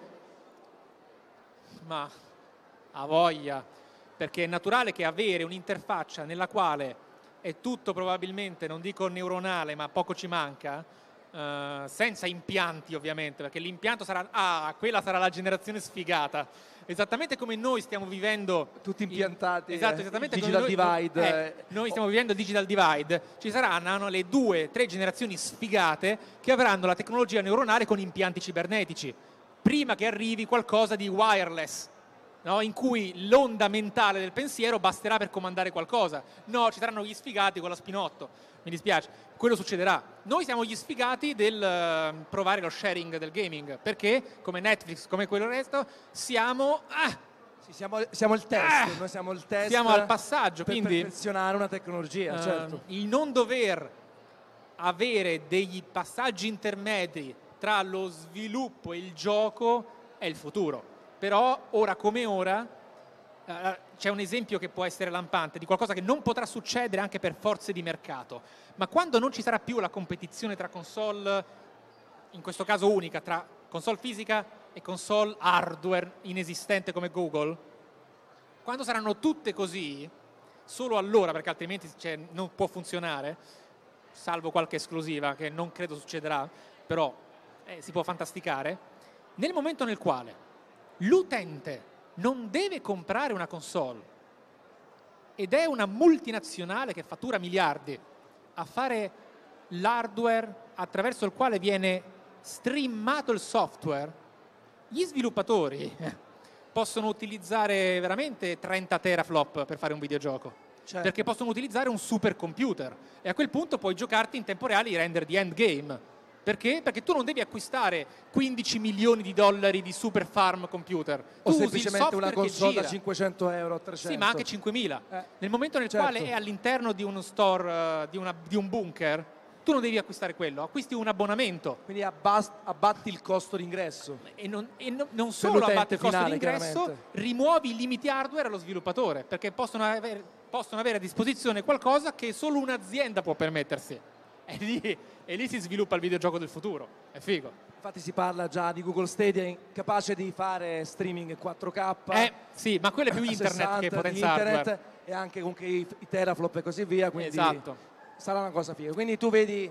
ma a voglia, perché è naturale che avere un'interfaccia nella quale è tutto probabilmente, non dico neuronale, ma poco ci manca, Uh, senza impianti ovviamente, perché l'impianto sarà, ah, quella sarà la generazione sfigata, esattamente come noi stiamo vivendo tutti impiantati, il, esatto, eh, esattamente il digital come noi, divide, eh, eh. noi stiamo vivendo il digital divide, ci saranno le due, tre generazioni sfigate che avranno la tecnologia neuronale con impianti cibernetici, prima che arrivi qualcosa di wireless, no? In cui l'onda mentale del pensiero basterà per comandare qualcosa. No, ci saranno gli sfigati con la spinotto, mi dispiace, quello succederà. Noi siamo gli sfigati del uh, provare lo sharing del gaming, perché come Netflix, come quello resto, siamo ah, sì, siamo, siamo il test, ah, noi siamo il test siamo al passaggio, per quindi perfezionare una tecnologia, uh, certo. il non dover avere degli passaggi intermedi tra lo sviluppo e il gioco è il futuro. Però ora come ora uh, c'è un esempio che può essere lampante di qualcosa che non potrà succedere anche per forze di mercato, ma quando non ci sarà più la competizione tra console, in questo caso unica, tra console fisica e console hardware inesistente come Google, quando saranno tutte così, solo allora, perché altrimenti cioè, non può funzionare, salvo qualche esclusiva che non credo succederà, però eh, si può fantasticare, nel momento nel quale l'utente non deve comprare una console ed è una multinazionale che fattura miliardi a fare l'hardware attraverso il quale viene streamato il software, gli sviluppatori possono utilizzare veramente trenta teraflop per fare un videogioco, certo. Perché possono utilizzare un supercomputer e a quel punto puoi giocarti in tempo reale i render di endgame. Perché? Perché tu non devi acquistare quindici milioni di dollari di super farm computer. O tu semplicemente una console da cinquecento euro, trecento. Sì, ma anche cinquemila. Eh, Nel momento nel certo. quale è all'interno di uno store, uh, di, una, di un bunker, tu non devi acquistare quello, acquisti un abbonamento. Quindi abbast- abbatti il costo d'ingresso. E non, e no, non solo abbatti il costo finale, d'ingresso, rimuovi i limiti hardware allo sviluppatore, perché possono avere, possono avere a disposizione qualcosa che solo un'azienda può permettersi. E lì, e lì si sviluppa il videogioco del futuro, è figo. Infatti si parla già di Google Stadia capace di fare streaming in quattro K. Eh sì, ma quello è più internet sessanta, che potenza hardware. E anche con i, i teraflop e così via, quindi esatto. Sarà una cosa figa. Quindi tu vedi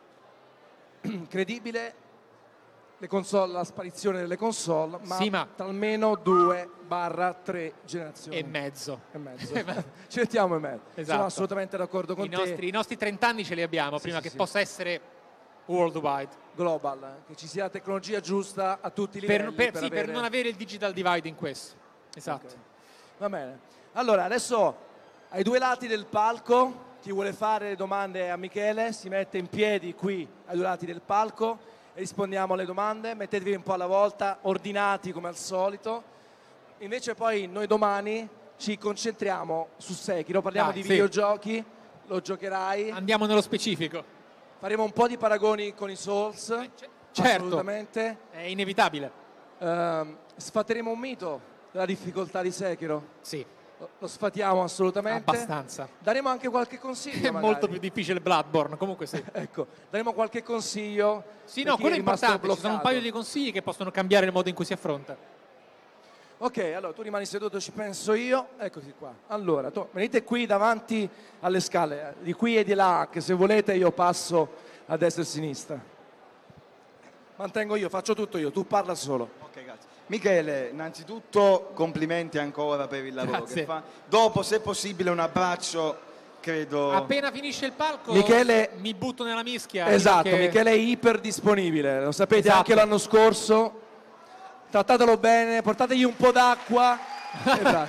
credibile le console, la sparizione delle console, ma, sì, ma tra almeno due barra tre generazioni. E mezzo. E mezzo. Ci mettiamo in mezzo. Esatto. Sono assolutamente d'accordo con I te. Nostri, I nostri trenta anni ce li abbiamo sì, prima sì, che sì. possa essere worldwide. Global, che ci sia la tecnologia giusta a tutti i livelli. Per, per, per, sì, avere... per non avere il digital divide in questo. Esatto. Okay. Va bene. Allora, adesso ai due lati del palco, chi vuole fare domande a Michele si mette in piedi qui ai due lati del palco e rispondiamo alle domande. Mettetevi un po' alla volta, ordinati come al solito. Invece poi noi domani ci concentriamo su Sekiro, parliamo Dai, di sì. videogiochi, lo giocherai. Andiamo nello specifico. Faremo un po' di paragoni con i Souls, eh, c- certo. assolutamente. È inevitabile. Uh, sfateremo un mito della difficoltà di Sekiro. Sì. Lo sfatiamo assolutamente. Abbastanza. Daremo anche qualche consiglio. È magari. molto più difficile Bloodborne, comunque sì. Ecco, daremo qualche consiglio. Sì, no, quello è importante. Ci sono un paio di consigli che possono cambiare il modo in cui si affronta. Ok, allora tu rimani seduto, ci penso io. Eccoti qua. Allora, tu, venite qui davanti alle scale, di qui e di là, che se volete io passo a destra e a sinistra. Mantengo io, faccio tutto io, tu parla solo. Ok, grazie. Michele, innanzitutto complimenti ancora per il lavoro Grazie. che fa. Dopo, se possibile, un abbraccio, credo... Appena finisce il palco Michele- mi butto nella mischia. Esatto, perché- Michele è iper disponibile, lo sapete Esatto. anche l'anno scorso. Trattatelo bene, portategli un po' d'acqua. e dai.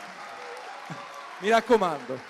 Mi raccomando.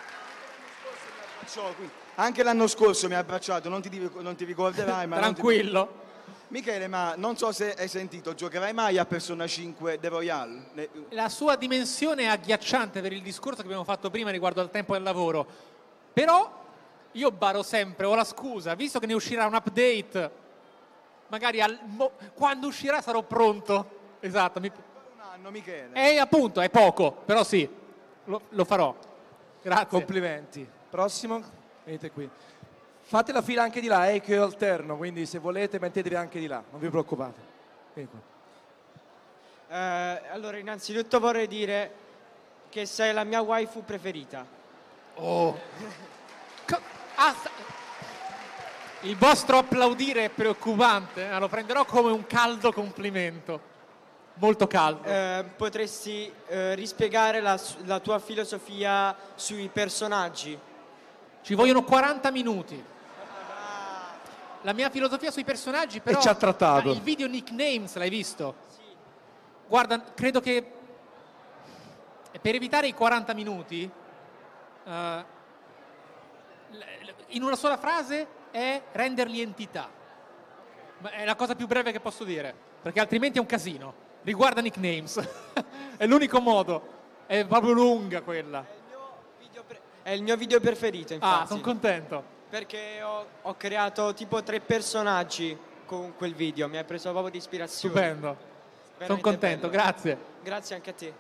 Anche l'anno scorso mi ha abbracciato, non ti, dico- non ti ricorderai, ma... non ti- Tranquillo. Michele, ma non so se hai sentito, giocherai mai a Persona cinque The Royale? Le- La sua dimensione è agghiacciante per il discorso che abbiamo fatto prima riguardo al tempo del lavoro. Però io baro sempre, ho la scusa, visto che ne uscirà un update, magari al mo- quando uscirà sarò pronto. Esatto. Mi... Un anno, Michele. E appunto, è poco, però sì, lo, lo farò. Grazie. Complimenti. Prossimo, venite qui. Fate la fila anche di là, eh, che io alterno, quindi se volete mettetevi anche di là, non vi preoccupate. Vieni qua. Eh, allora, innanzitutto vorrei dire che sei la mia waifu preferita. Oh. Co- ah, sta- Il vostro applaudire è preoccupante, eh, lo prenderò come un caldo complimento. Molto caldo. Eh, potresti eh, rispiegare la, la tua filosofia sui personaggi? Ci vogliono quaranta minuti. La mia filosofia sui personaggi però... ci ha trattato. Ma il video nicknames l'hai visto? Guarda, credo che per evitare i quaranta minuti, eh, l- in una sola frase è renderli entità. Ma è la cosa più breve che posso dire, perché altrimenti è un casino. Riguarda nicknames. È l'unico modo. È proprio lunga quella. È il mio video, pre- è il mio video preferito, infatti. Ah, sono contento. Perché ho, ho creato tipo tre personaggi con quel video, mi ha preso proprio di ispirazione. Stupendo. Sono Veramente contento, bello. grazie. Grazie anche a te.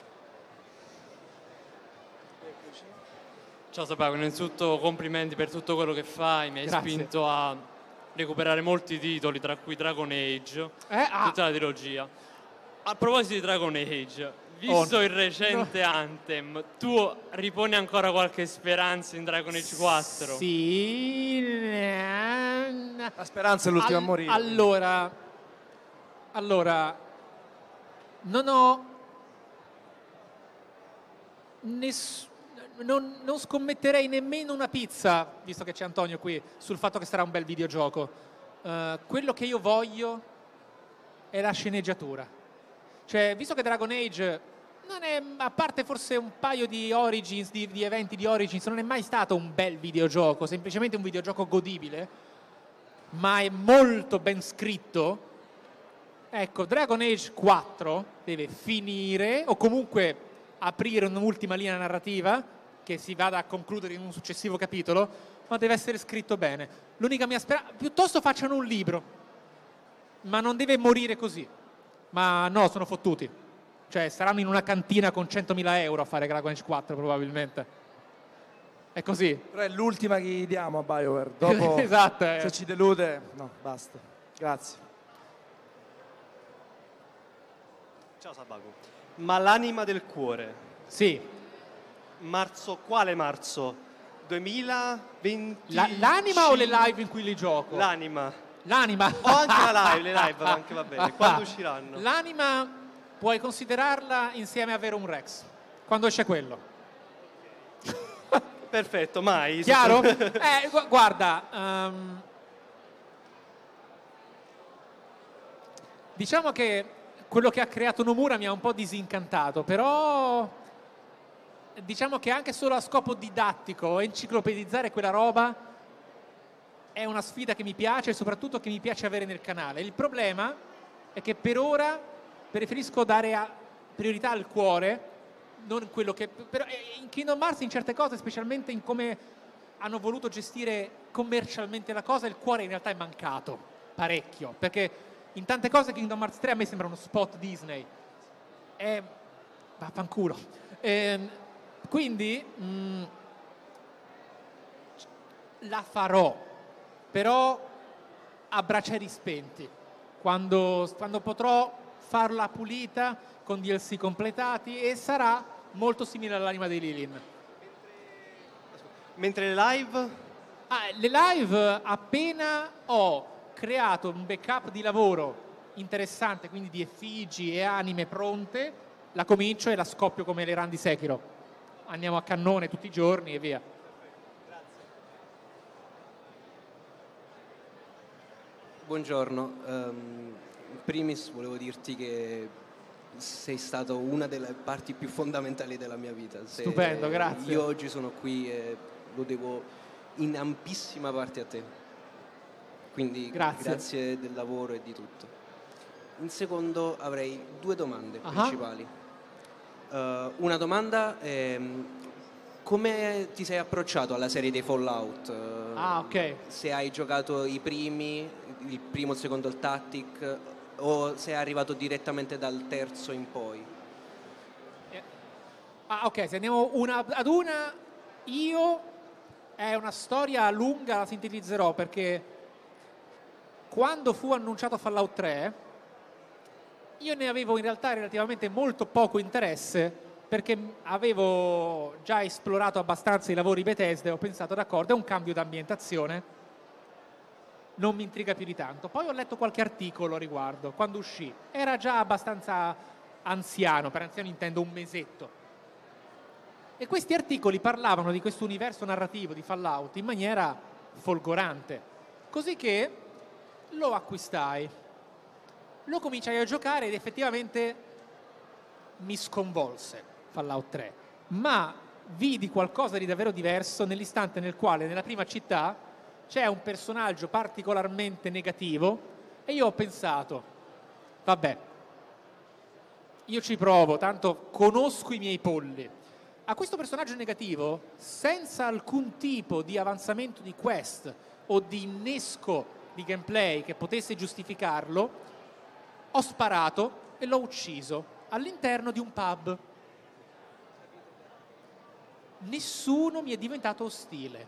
Ciao Sabaco, innanzitutto complimenti per tutto quello che fai, mi hai Grazie. spinto a recuperare molti titoli, tra cui Dragon Age, Eh, ah, tutta la trilogia. A proposito di Dragon Age, visto Oh, il recente Anthem, tu riponi ancora qualche speranza in Dragon Age quattro? Sì. La speranza è l'ultima Al- a morire. Allora, allora, non ho ness- non, non scommetterei nemmeno una pizza, visto che c'è Antonio qui, sul fatto che sarà un bel videogioco. Eh, quello che io voglio è la sceneggiatura. Cioè, visto che Dragon Age non è, a parte forse un paio di Origins, di, di eventi di Origins, non è mai stato un bel videogioco, semplicemente un videogioco godibile, ma è molto ben scritto. Ecco, Dragon Age quattro deve finire o comunque aprire un'ultima linea narrativa che si vada a concludere in un successivo capitolo, ma deve essere scritto bene. L'unica mia speranza, piuttosto facciano un libro, ma non deve morire così. Ma no, sono fottuti. Cioè, saranno in una cantina con centomila euro a fare Dragon Age quattro probabilmente. È così. Però è l'ultima che gli diamo a BioWare. Dopo, Esatto, eh. se ci delude, no, basta. Grazie. Ciao Sabaku. Ma l'anima del cuore, Sì. marzo, quale marzo? duemilaventi? La- l'anima o le live in cui li gioco? L'anima. L'anima. O anche la live, le live anche va bene. Quando usciranno? L'anima puoi considerarla insieme a Verum Rex. Quando esce quello. Perfetto, mai. Chiaro? Eh, gu- guarda, ehm, diciamo che quello che ha creato Nomura mi ha un po' disincantato, però diciamo che anche solo a scopo didattico, enciclopedizzare quella roba è una sfida che mi piace e soprattutto che mi piace avere nel canale. Il problema è che per ora preferisco dare a- priorità al cuore, non quello che... Però eh, in Kingdom Hearts in certe cose, specialmente in come hanno voluto gestire commercialmente la cosa, il cuore in realtà è mancato parecchio, perché in tante cose Kingdom Hearts tre a me sembra uno spot Disney. È... vaffanculo. Ehm, quindi mh, la farò, però a braccieri spenti. Quando, quando potrò farla pulita con D L C completati e sarà molto simile all'anima di Lilin. Mentre le live? Ah, le live, appena ho creato un backup di lavoro interessante, quindi di effigi e anime pronte, la comincio e la scoppio come le run di Sekiro. Andiamo a cannone tutti i giorni e via. Buongiorno, um, in primis volevo dirti che sei stato una delle parti più fondamentali della mia vita. Se Stupendo, grazie. Io oggi sono qui e lo devo in ampissima parte a te. Quindi Grazie. grazie del lavoro e di tutto. In secondo avrei due domande Ah. principali. Uh, una domanda è come ti sei approcciato alla serie dei Fallout? Uh, Ah, ok. Se hai giocato i primi, il primo, il secondo, il Tactic, o sei arrivato direttamente dal terzo in poi? Ah, ok, se andiamo una ad una, io è una storia lunga, la sintetizzerò perché quando fu annunciato Fallout tre io ne avevo in realtà relativamente molto poco interesse perché avevo già esplorato abbastanza i lavori Bethesda e ho pensato d'accordo, è un cambio d'ambientazione, non mi intriga più di tanto. Poi ho letto qualche articolo a riguardo, quando uscì, era già abbastanza anziano, per anziano intendo un mesetto. E questi articoli parlavano di questo universo narrativo di Fallout in maniera folgorante, così che lo acquistai, lo cominciai a giocare ed effettivamente mi sconvolse Fallout tre, ma vidi qualcosa di davvero diverso nell'istante nel quale nella prima città c'è un personaggio particolarmente negativo e io ho pensato, vabbè, io ci provo, tanto conosco i miei polli. A questo personaggio negativo, senza alcun tipo di avanzamento di quest o di innesco di gameplay che potesse giustificarlo, ho sparato e l'ho ucciso all'interno di un pub. Nessuno mi è diventato ostile.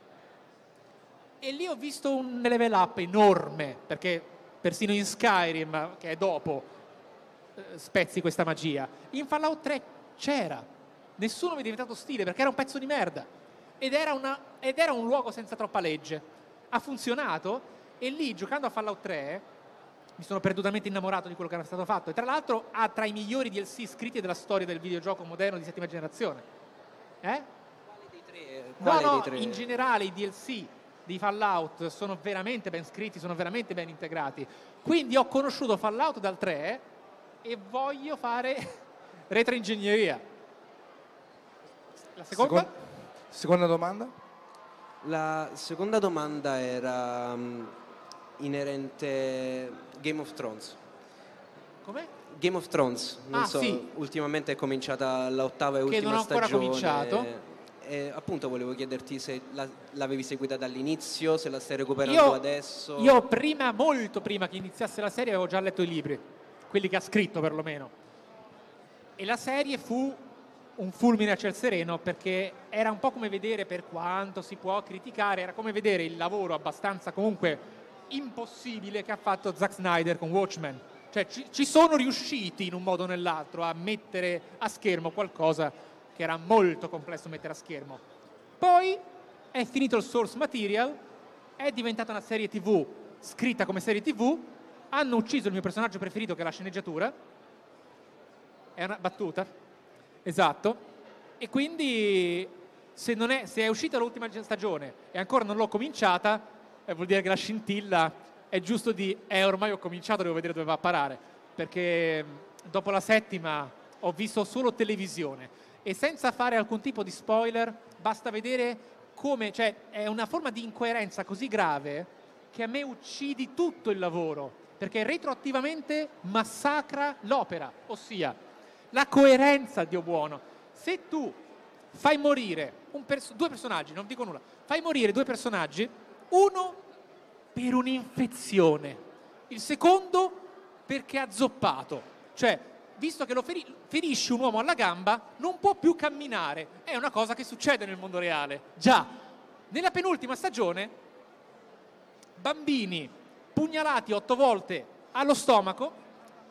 E lì ho visto un level up enorme, perché persino in Skyrim, che è dopo, eh, spezzi questa magia. In Fallout tre c'era. Nessuno mi è diventato ostile perché era un pezzo di merda ed era, una, ed era un luogo senza troppa legge. Ha funzionato e lì, giocando a Fallout tre, mi sono perdutamente innamorato di quello che era stato fatto e tra l'altro ha tra i migliori D L C scritti della storia del videogioco moderno di settima generazione. Eh? Quale dei tre? No, Quale no, dei tre? in generale i D L C di Fallout sono veramente ben scritti, sono veramente ben integrati. Quindi ho conosciuto Fallout dal tre e voglio fare retroingegneria. La seconda? Secon- seconda domanda? La seconda domanda era um, inerente Game of Thrones. Come? Game of Thrones, non Ah, so, sì. ultimamente è cominciata l'ottava e Che ultima non ho ancora stagione. cominciato. E appunto volevo chiederti se la- l'avevi seguita dall'inizio, se la stai recuperando Io, adesso. io prima, molto prima che iniziasse la serie, avevo già letto i libri, quelli che ha scritto perlomeno. E la serie fu un fulmine a ciel sereno perché era un po' come vedere, per quanto si può criticare, era come vedere il lavoro abbastanza comunque impossibile che ha fatto Zack Snyder con Watchmen. Cioè ci, ci sono riusciti in un modo o nell'altro a mettere a schermo qualcosa che era molto complesso mettere a schermo. Poi è finito il source material, è diventata una serie tivù scritta come serie tivù, hanno ucciso il mio personaggio preferito che è la sceneggiatura, è una battuta, esatto, e quindi se, non è, se è uscita l'ultima stagione e ancora non l'ho cominciata, eh, vuol dire che la scintilla è giusto di eh, ormai ho cominciato, devo vedere dove va a parare, perché mh, dopo la settima ho visto solo televisione e senza fare alcun tipo di spoiler basta vedere come, cioè è una forma di incoerenza così grave che a me uccidi tutto il lavoro, perché retroattivamente massacra l'opera, ossia la coerenza, Dio buono. Se tu fai morire un pers- due personaggi, non dico nulla, fai morire due personaggi, uno per un'infezione, il secondo perché ha zoppato, cioè visto che lo feri- ferisci un uomo alla gamba non può più camminare, è una cosa che succede nel mondo reale. Già, nella penultima stagione bambini pugnalati otto volte allo stomaco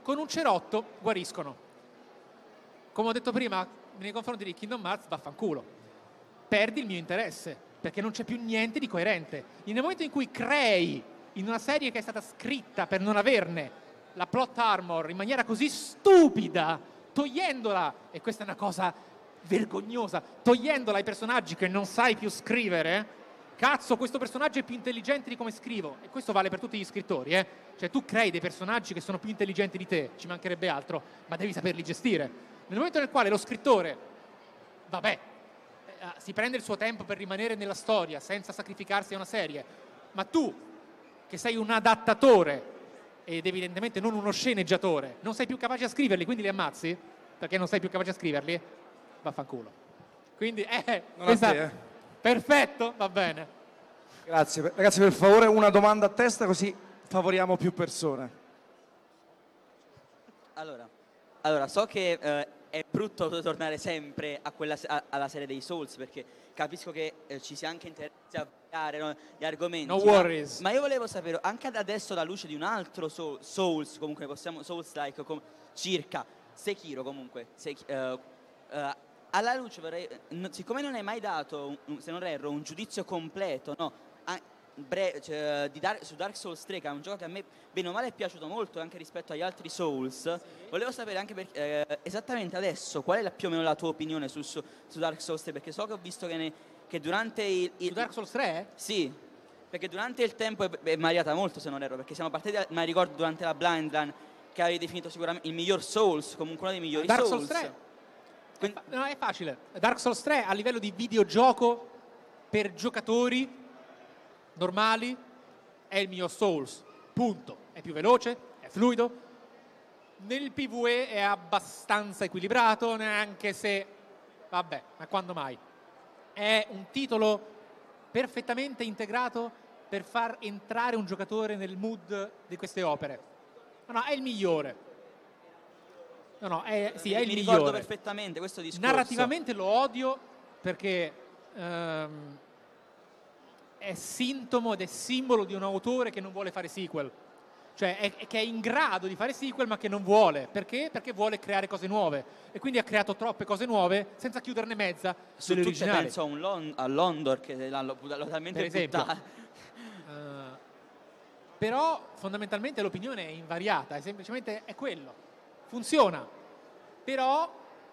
con un cerotto guariscono. Come ho detto prima, nei confronti di Kingdom Hearts, vaffanculo. Perdi il mio interesse, perché non c'è più niente di coerente. Nel momento in cui crei in una serie che è stata scritta per non averne la plot armor in maniera così stupida, togliendola, e questa è una cosa vergognosa, togliendola ai personaggi che non sai più scrivere, cazzo, questo personaggio è più intelligente di come scrivo, e questo vale per tutti gli scrittori, eh? Cioè tu crei dei personaggi che sono più intelligenti di te, ci mancherebbe altro, ma devi saperli gestire. Nel momento nel quale lo scrittore, vabbè, eh, si prende il suo tempo per rimanere nella storia senza sacrificarsi a una serie, ma tu, che sei un adattatore ed evidentemente non uno sceneggiatore, non sei più capace a scriverli, quindi li ammazzi? Perché non sei più capace a scriverli? Vaffanculo. Quindi, eh, Non a esatto. te, eh. Perfetto, va bene. Grazie. Ragazzi, per favore, una domanda a testa, così favoriamo più persone. Allora, allora so che eh, è brutto tornare sempre a quella, a- alla serie dei Souls, perché capisco che eh, ci sia anche interesse a variare, no, gli argomenti. No ma- worries. Ma io volevo sapere, anche ad adesso alla luce di un altro Soul- Souls, comunque possiamo, Souls-like, com- circa, Sekiro comunque, Sek- eh, eh, alla luce vorrei, no, siccome non hai mai dato, un- un- se non erro, un giudizio completo, no, a- bre- cioè, di Dar- su Dark Souls tre, che è un gioco che a me bene o male è piaciuto molto anche rispetto agli altri Souls, volevo sapere anche per- eh, esattamente adesso qual è la- più o meno la tua opinione su, su- su Dark Souls tre, perché so che ho visto che, ne- che durante il, il- Su Dark Souls tre? sì, perché durante il tempo è, è variata molto, se non erro, perché siamo partiti, da- ma ricordo durante la blind run che avevi definito sicuramente il miglior Souls, comunque uno dei migliori Dark Souls. Souls tre? Quindi- No, è facile. Dark Souls tre a livello di videogioco per giocatori normali è il mio Souls, punto. È più veloce, è fluido. Nel PvE è abbastanza equilibrato, neanche se, vabbè, ma quando mai? È un titolo perfettamente integrato per far entrare un giocatore nel mood di queste opere. No, no, è il migliore. No, no, è, sì, è il mi ricordo migliore. perfettamente questo discorso. Narrativamente lo odio perché ehm, è sintomo ed è simbolo di un autore che non vuole fare sequel. Cioè è, è che è in grado di fare sequel ma che non vuole. Perché? Perché vuole creare cose nuove. E quindi ha creato troppe cose nuove senza chiuderne mezza Su delle tutte originali. penso a, un Lon- a Londor che l'hanno l'ho talmente Per esempio. buttata. Eh, però fondamentalmente l'opinione è invariata, è semplicemente è quello. Funziona, però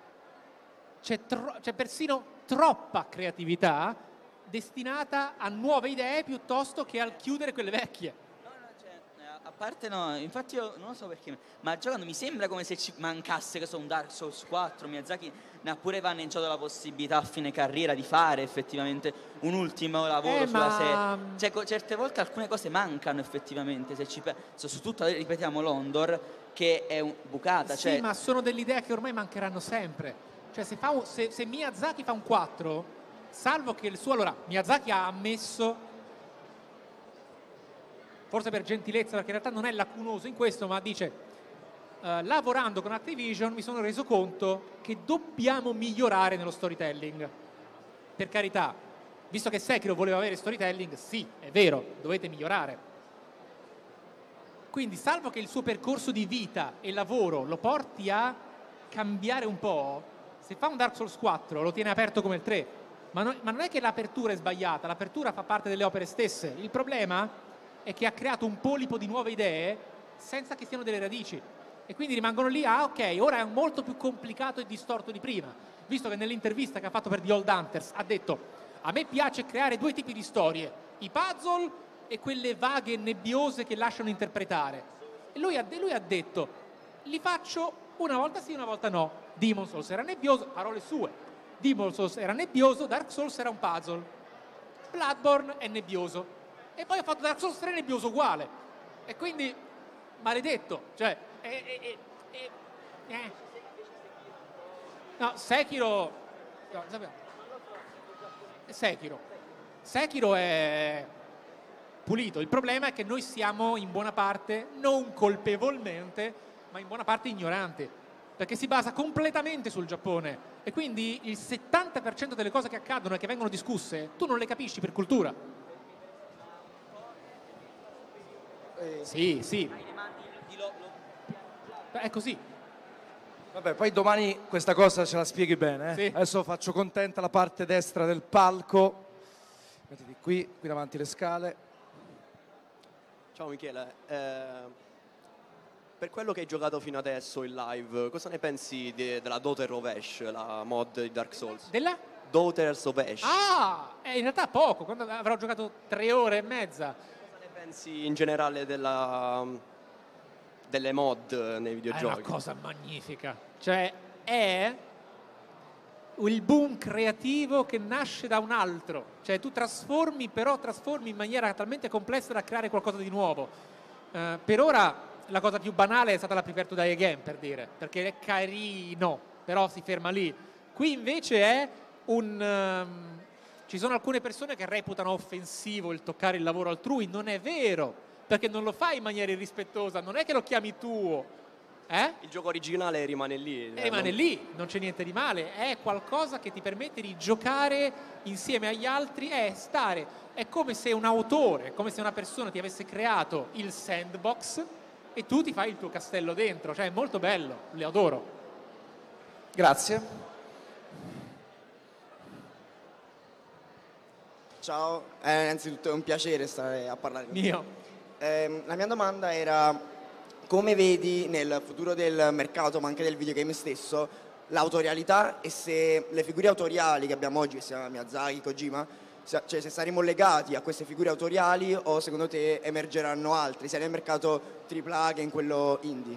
c'è, tro- c'è persino troppa creatività destinata a nuove idee piuttosto che al chiudere quelle vecchie. No, no, cioè, eh, a parte no, infatti io non lo so perché, ma giocando mi sembra come se ci mancasse che so, un Dark Souls quattro. Miyazaki ne ha pure vanneggiato la possibilità a fine carriera di fare effettivamente un ultimo lavoro Eh, sulla ma- serie. Cioè, co- certe volte alcune cose mancano effettivamente, se ci pe- soprattutto ripetiamo Londor, che è un bucata. Sì, Cioè, ma sono delle idee che ormai mancheranno sempre. Cioè se, fa un- se, se Miyazaki fa un quattro, salvo che il suo... Allora, Miyazaki ha ammesso, forse per gentilezza, perché in realtà non è lacunoso in questo, ma dice, eh, lavorando con Activision mi sono reso conto che dobbiamo migliorare nello storytelling. Per carità, visto che Sekiro voleva avere storytelling, sì, è vero, dovete migliorare. Quindi, salvo che il suo percorso di vita e lavoro lo porti a cambiare un po', se fa un Dark Souls quattro lo tiene aperto come il tre, ma non, ma non è che l'apertura è sbagliata, l'apertura fa parte delle opere stesse. Il problema è che ha creato un polipo di nuove idee senza che siano delle radici. E quindi rimangono lì, ah ok, ora è molto più complicato e distorto di prima. Visto che nell'intervista che ha fatto per The Old Hunters ha detto, a me piace creare due tipi di storie, i puzzle e quelle vaghe e nebbiose che lasciano interpretare. E lui ha, lui ha detto, li faccio una volta sì, una volta no. Demon Souls era nebbioso, parole sue. Demon Souls era nebbioso, Dark Souls era un puzzle. Bloodborne è nebbioso. E poi ha fatto Dark Souls tre nebbioso uguale. E quindi, maledetto, cioè... Eh, eh, eh, eh. No, Sekiro... No, sappiamo. Sekiro. Sekiro è... pulito. Il problema è che noi siamo in buona parte, non colpevolmente, ma in buona parte ignoranti, perché si basa completamente sul Giappone e quindi il settanta per cento delle cose che accadono e che vengono discusse tu non le capisci per cultura. Sì, sì. È così. Vabbè, poi domani questa cosa ce la spieghi bene. Eh? Sì. Adesso faccio contenta la parte destra del palco. Mettiti qui, qui davanti le scale. Ciao Michele, eh, per quello che hai giocato fino adesso in live, cosa ne pensi de- della Daughter of Ash, la mod di Dark Souls? Della? Daughters of Ash. Ah, eh, in realtà poco, quando avrò giocato tre ore e mezza. Cosa ne pensi in generale della, delle mod nei È videogiochi? una cosa magnifica. Cioè, è il boom creativo che nasce da un altro. Cioè, tu trasformi, però trasformi in maniera talmente complessa da creare qualcosa di nuovo. Eh, per ora la cosa più banale è stata la Prepare to Die Again, per dire, perché è carino, però si ferma lì. Qui invece è un... um, ci sono alcune persone che reputano offensivo il toccare il lavoro altrui. Non è vero, perché non lo fai in maniera irrispettosa, non è che lo chiami tuo, eh? Il gioco originale rimane lì. E rimane non- lì, non c'è niente di male, è qualcosa che ti permette di giocare insieme agli altri, è stare, è come se un autore, come se una persona ti avesse creato il sandbox e tu ti fai il tuo castello dentro, cioè è molto bello, le adoro. Grazie. Ciao, eh, innanzitutto è un piacere stare a parlare con te. Mio. Ehm, la mia domanda era come vedi nel futuro del mercato, ma anche del videogame stesso, l'autorialità e se le figure autoriali che abbiamo oggi, che sia Miyazaki, Kojima, se- cioè se saremo legati a queste figure autoriali o secondo te emergeranno altri, sia nel mercato tripla A che in quello indie?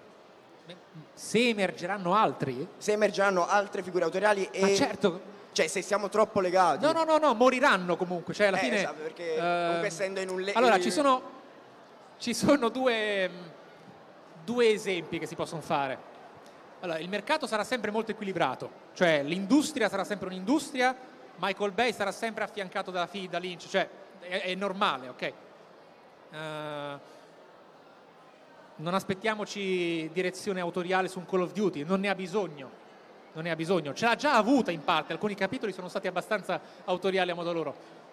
Se emergeranno altri? Se emergeranno altre figure autoriali e... Ma certo. Cioè se siamo troppo legati. No, no, no, no, moriranno comunque, cioè alla Eh, fine... esatto, perché eh, comunque essendo in un... le- Allora, il- ci sono, ci sono due, due esempi che si possono fare. Allora, il mercato sarà sempre molto equilibrato, cioè l'industria sarà sempre un'industria, Michael Bay sarà sempre affiancato da, Fi- da Lynch, cioè è, è normale, ok? Eh, non aspettiamoci direzione autoriale su un Call of Duty, non ne ha bisogno. Non ne ha bisogno, ce l'ha già avuta in parte, alcuni capitoli sono stati abbastanza autoriali a modo loro.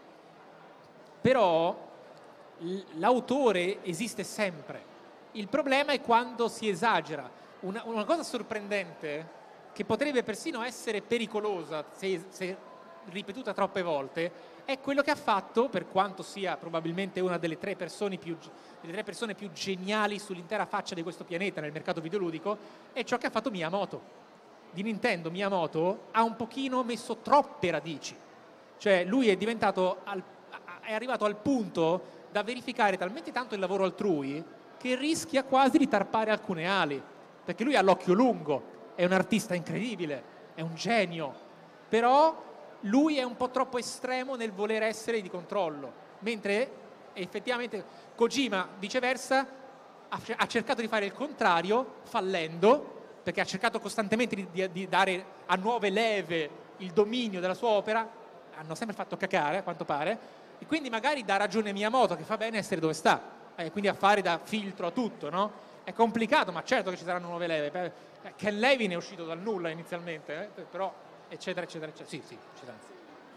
Però l- l'autore esiste sempre. Il problema è quando si esagera. Una, una cosa sorprendente, che potrebbe persino essere pericolosa se, se ripetuta troppe volte, è quello che ha fatto, per quanto sia probabilmente una delle tre persone più, delle tre persone più geniali sull'intera faccia di questo pianeta nel mercato videoludico, è ciò che ha fatto Miyamoto. Di Nintendo Miyamoto ha un pochino messo troppe radici, cioè lui è diventato al, è arrivato al punto da verificare talmente tanto il lavoro altrui che rischia quasi di tarpare alcune ali, perché lui ha l'occhio lungo, è un artista incredibile, è un genio, però lui è un po' troppo estremo nel voler essere di controllo, mentre effettivamente Kojima viceversa ha, ha cercato di fare il contrario fallendo, perché ha cercato costantemente di, di- di dare a nuove leve il dominio della sua opera, hanno sempre fatto cacare a quanto pare, e quindi magari dà ragione a Miyamoto che fa bene essere dove sta, eh, quindi a fare da filtro a tutto, no? È complicato, ma certo che ci saranno nuove leve. Eh, Ken Levin è uscito dal nulla inizialmente, eh, però eccetera eccetera eccetera, sì sì, ci saranno.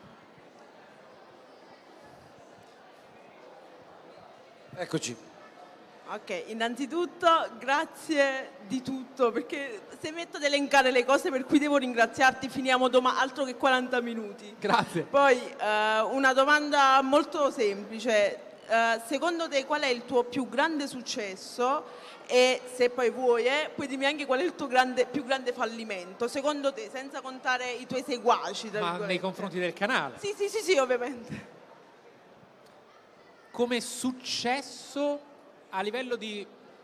Eccoci. Ok, innanzitutto grazie di tutto, perché se metto ad elencare le cose per cui devo ringraziarti finiamo domani, altro che quaranta minuti. Grazie. Poi eh, una domanda molto semplice, eh, secondo te qual è il tuo più grande successo e se poi vuoi, eh, puoi dirmi anche qual è il tuo grande, più grande fallimento, secondo te, senza contare i tuoi seguaci. tra Ma virgolette. nei confronti del canale. Sì, sì, sì, sì, ovviamente. Come successo a livello di,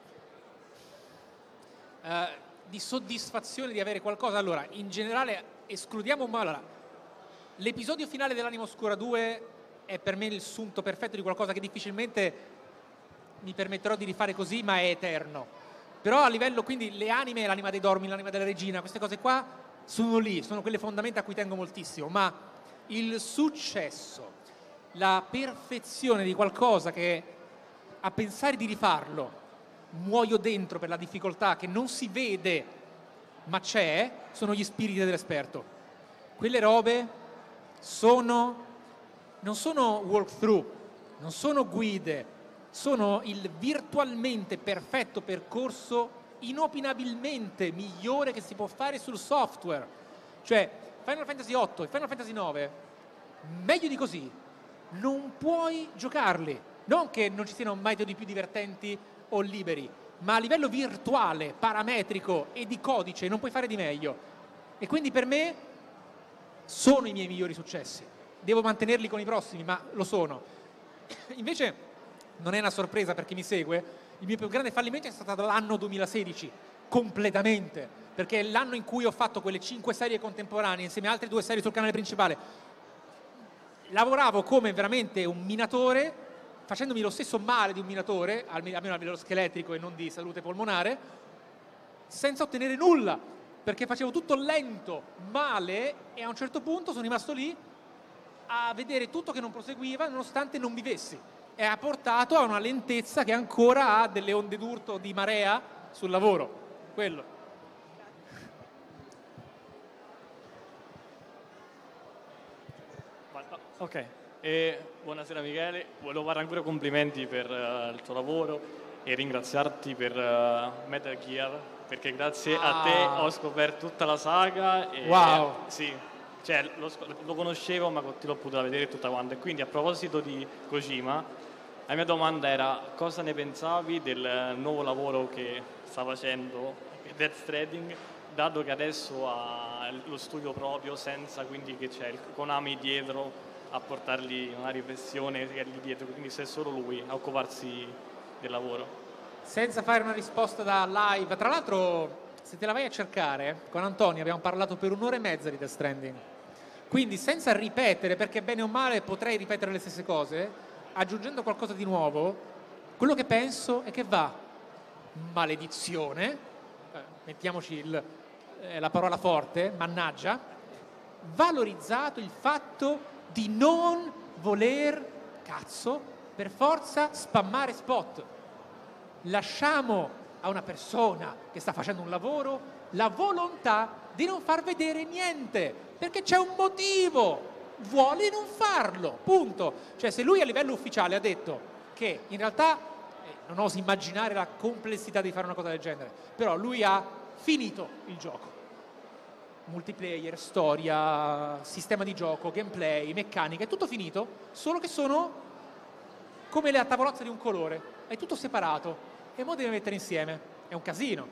eh, di soddisfazione di avere qualcosa, allora in generale escludiamo, ma allora l'episodio finale dell'Anima Oscura due è per me il sunto perfetto di qualcosa che difficilmente mi permetterò di rifare così, ma è eterno. Però a livello, quindi le anime, l'anima dei Dormi, l'anima della regina, queste cose qua sono lì, sono quelle fondamenta a cui tengo moltissimo, ma il successo, la perfezione di qualcosa che a pensare di rifarlo muoio dentro per la difficoltà che non si vede ma c'è, sono gli spiriti dell'esperto. Quelle robe sono non sono walkthrough, non sono guide, sono il virtualmente perfetto percorso inopinabilmente migliore che si può fare sul software. Cioè, Final Fantasy otto e Final Fantasy nove, meglio di così, non puoi giocarli. Non che non ci siano metodi più divertenti o liberi, ma a livello virtuale, parametrico e di codice non puoi fare di meglio. E quindi per me sono i miei migliori successi. Devo mantenerli con i prossimi, ma lo sono. Invece non è una sorpresa per chi mi segue, il mio più grande fallimento è stato l'anno duemilasedici, completamente, perché è l'anno in cui ho fatto quelle cinque serie contemporanee insieme a altre due serie sul canale principale. Lavoravo come veramente un minatore, facendomi lo stesso male di un minatore, almeno a livello scheletrico e non di salute polmonare, senza ottenere nulla, perché facevo tutto lento, male, e a un certo punto sono rimasto lì a vedere tutto che non proseguiva nonostante non vivessi, e ha portato a una lentezza che ancora ha delle onde d'urto di marea sul lavoro. Quello. Ok, e buonasera Michele, volevo fare ancora complimenti per uh, il tuo lavoro e ringraziarti per uh, Metal Gear, perché grazie Ah. a te ho scoperto tutta la saga e, Wow. sì, cioè, lo, sc- lo conoscevo ma ti l'ho potuta vedere tutta quanta. E quindi a proposito di Kojima, la mia domanda era: cosa ne pensavi del nuovo lavoro che sta facendo Death Stranding, dato che adesso ha lo studio proprio, senza quindi che c'è il Konami dietro a portargli una riflessione che è lì dietro, quindi se è solo lui a occuparsi del lavoro. Senza fare una risposta da live, tra l'altro se te la vai a cercare, con Antonio abbiamo parlato per un'ora e mezza di Death Stranding, quindi senza ripetere, perché bene o male potrei ripetere le stesse cose, aggiungendo qualcosa di nuovo, quello che penso è che va, maledizione, eh, mettiamoci il, eh, la parola forte, mannaggia, valorizzato il fatto di non voler, cazzo, per forza spammare spot. Lasciamo a una persona che sta facendo un lavoro la volontà di non far vedere niente, perché c'è un motivo, vuole non farlo, punto. Cioè, se lui a livello ufficiale ha detto che in realtà, eh, non oso immaginare la complessità di fare una cosa del genere, però lui ha finito il gioco, multiplayer, storia, sistema di gioco, gameplay, meccanica, è tutto finito, solo che sono come la tavolozza di un colore, è tutto separato e mo devi mettere insieme, è un casino.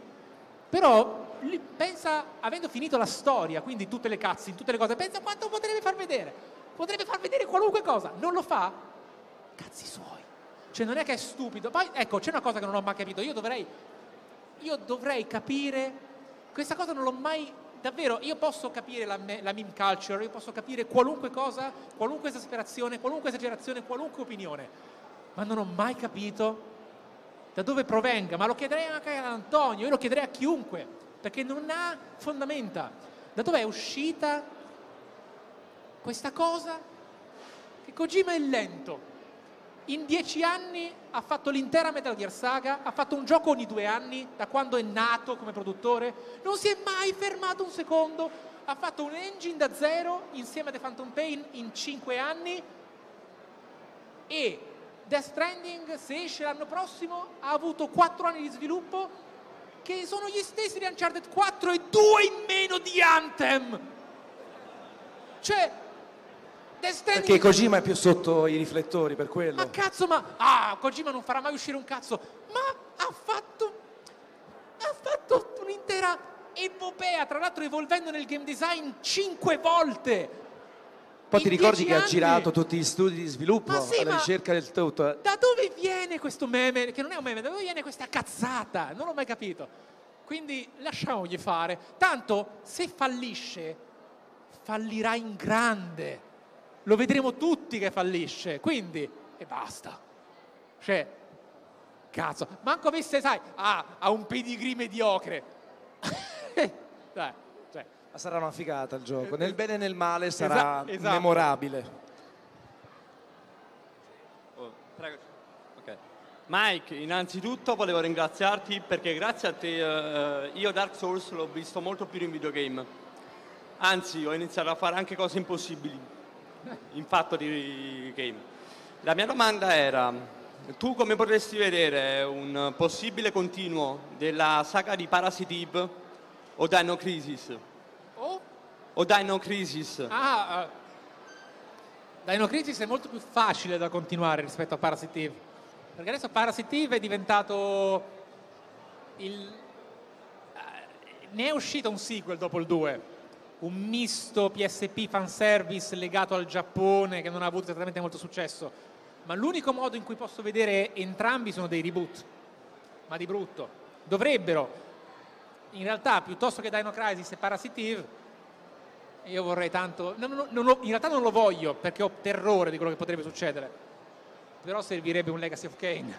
Però li- pensa, avendo finito la storia, quindi tutte le cutscene, tutte le cose, pensa quanto potrebbe far vedere, potrebbe far vedere qualunque cosa, non lo fa, cazzi suoi. Cioè non è che è stupido. Poi ecco, c'è una cosa che non ho mai capito, io dovrei io dovrei capire questa cosa, non l'ho mai davvero, io posso capire la, me, la meme culture, io posso capire qualunque cosa, qualunque esasperazione, qualunque esagerazione, qualunque opinione, ma non ho mai capito da dove provenga. Ma lo chiederei anche ad Antonio, io lo chiederei a chiunque, perché non ha fondamenta. Da dove è uscita questa cosa che Kojima è lento? In dieci anni ha fatto l'intera Metal Gear Saga, ha fatto un gioco ogni due anni da quando è nato come produttore, non si è mai fermato un secondo, ha fatto un engine da zero insieme a The Phantom Pain in cinque anni, e Death Stranding, se esce l'anno prossimo, ha avuto quattro anni di sviluppo che sono gli stessi di Uncharted quattro e due in meno di Anthem. Cioè Death Stranding... Perché Kojima è più sotto i riflettori, per quello. Ma cazzo, ma... Ah, Kojima non farà mai uscire un cazzo. Ma ha fatto... Ha fatto un'intera epopea, tra l'altro evolvendo nel game design cinque volte. Poi ti in ricordi dieci che ha anni. girato tutti gli studi di sviluppo Ma sì, alla ma- ricerca del tutto. eh. Da dove viene questo meme? Che non è un meme, da dove viene questa cazzata? Non l'ho mai capito. Quindi lasciamogli fare. Tanto, se fallisce, fallirà in grande. Lo vedremo tutti che fallisce. Quindi, e basta. Cioè, cazzo, manco avesse, sai, ah, ha un pedigree mediocre. Dai, cioè. Ma sarà una figata il gioco. Nel bene e nel male sarà Esatto, esatto. memorabile. Oh, prego. Ok. Mike, innanzitutto volevo ringraziarti perché grazie a te eh, io Dark Souls l'ho visto molto più in videogame. Anzi, ho iniziato a fare anche cose impossibili in fatto di game. La mia domanda era, tu come potresti vedere un possibile continuo della saga di Parasite Eve o Dino Crisis? Oh? O Dino Crisis? Ah, uh, Dino Crisis è molto più facile da continuare rispetto a Parasite Eve, perché adesso Parasite Eve è diventato il... uh, ne è uscito un sequel dopo il due, un misto P S P fanservice legato al Giappone che non ha avuto esattamente molto successo, ma l'unico modo in cui posso vedere entrambi sono dei reboot, ma di brutto. Dovrebbero, in realtà, piuttosto che Dino Crisis e Parasite Eve, io vorrei tanto, non, non, non lo, in realtà non lo voglio perché ho terrore di quello che potrebbe succedere, però servirebbe un Legacy of Kain.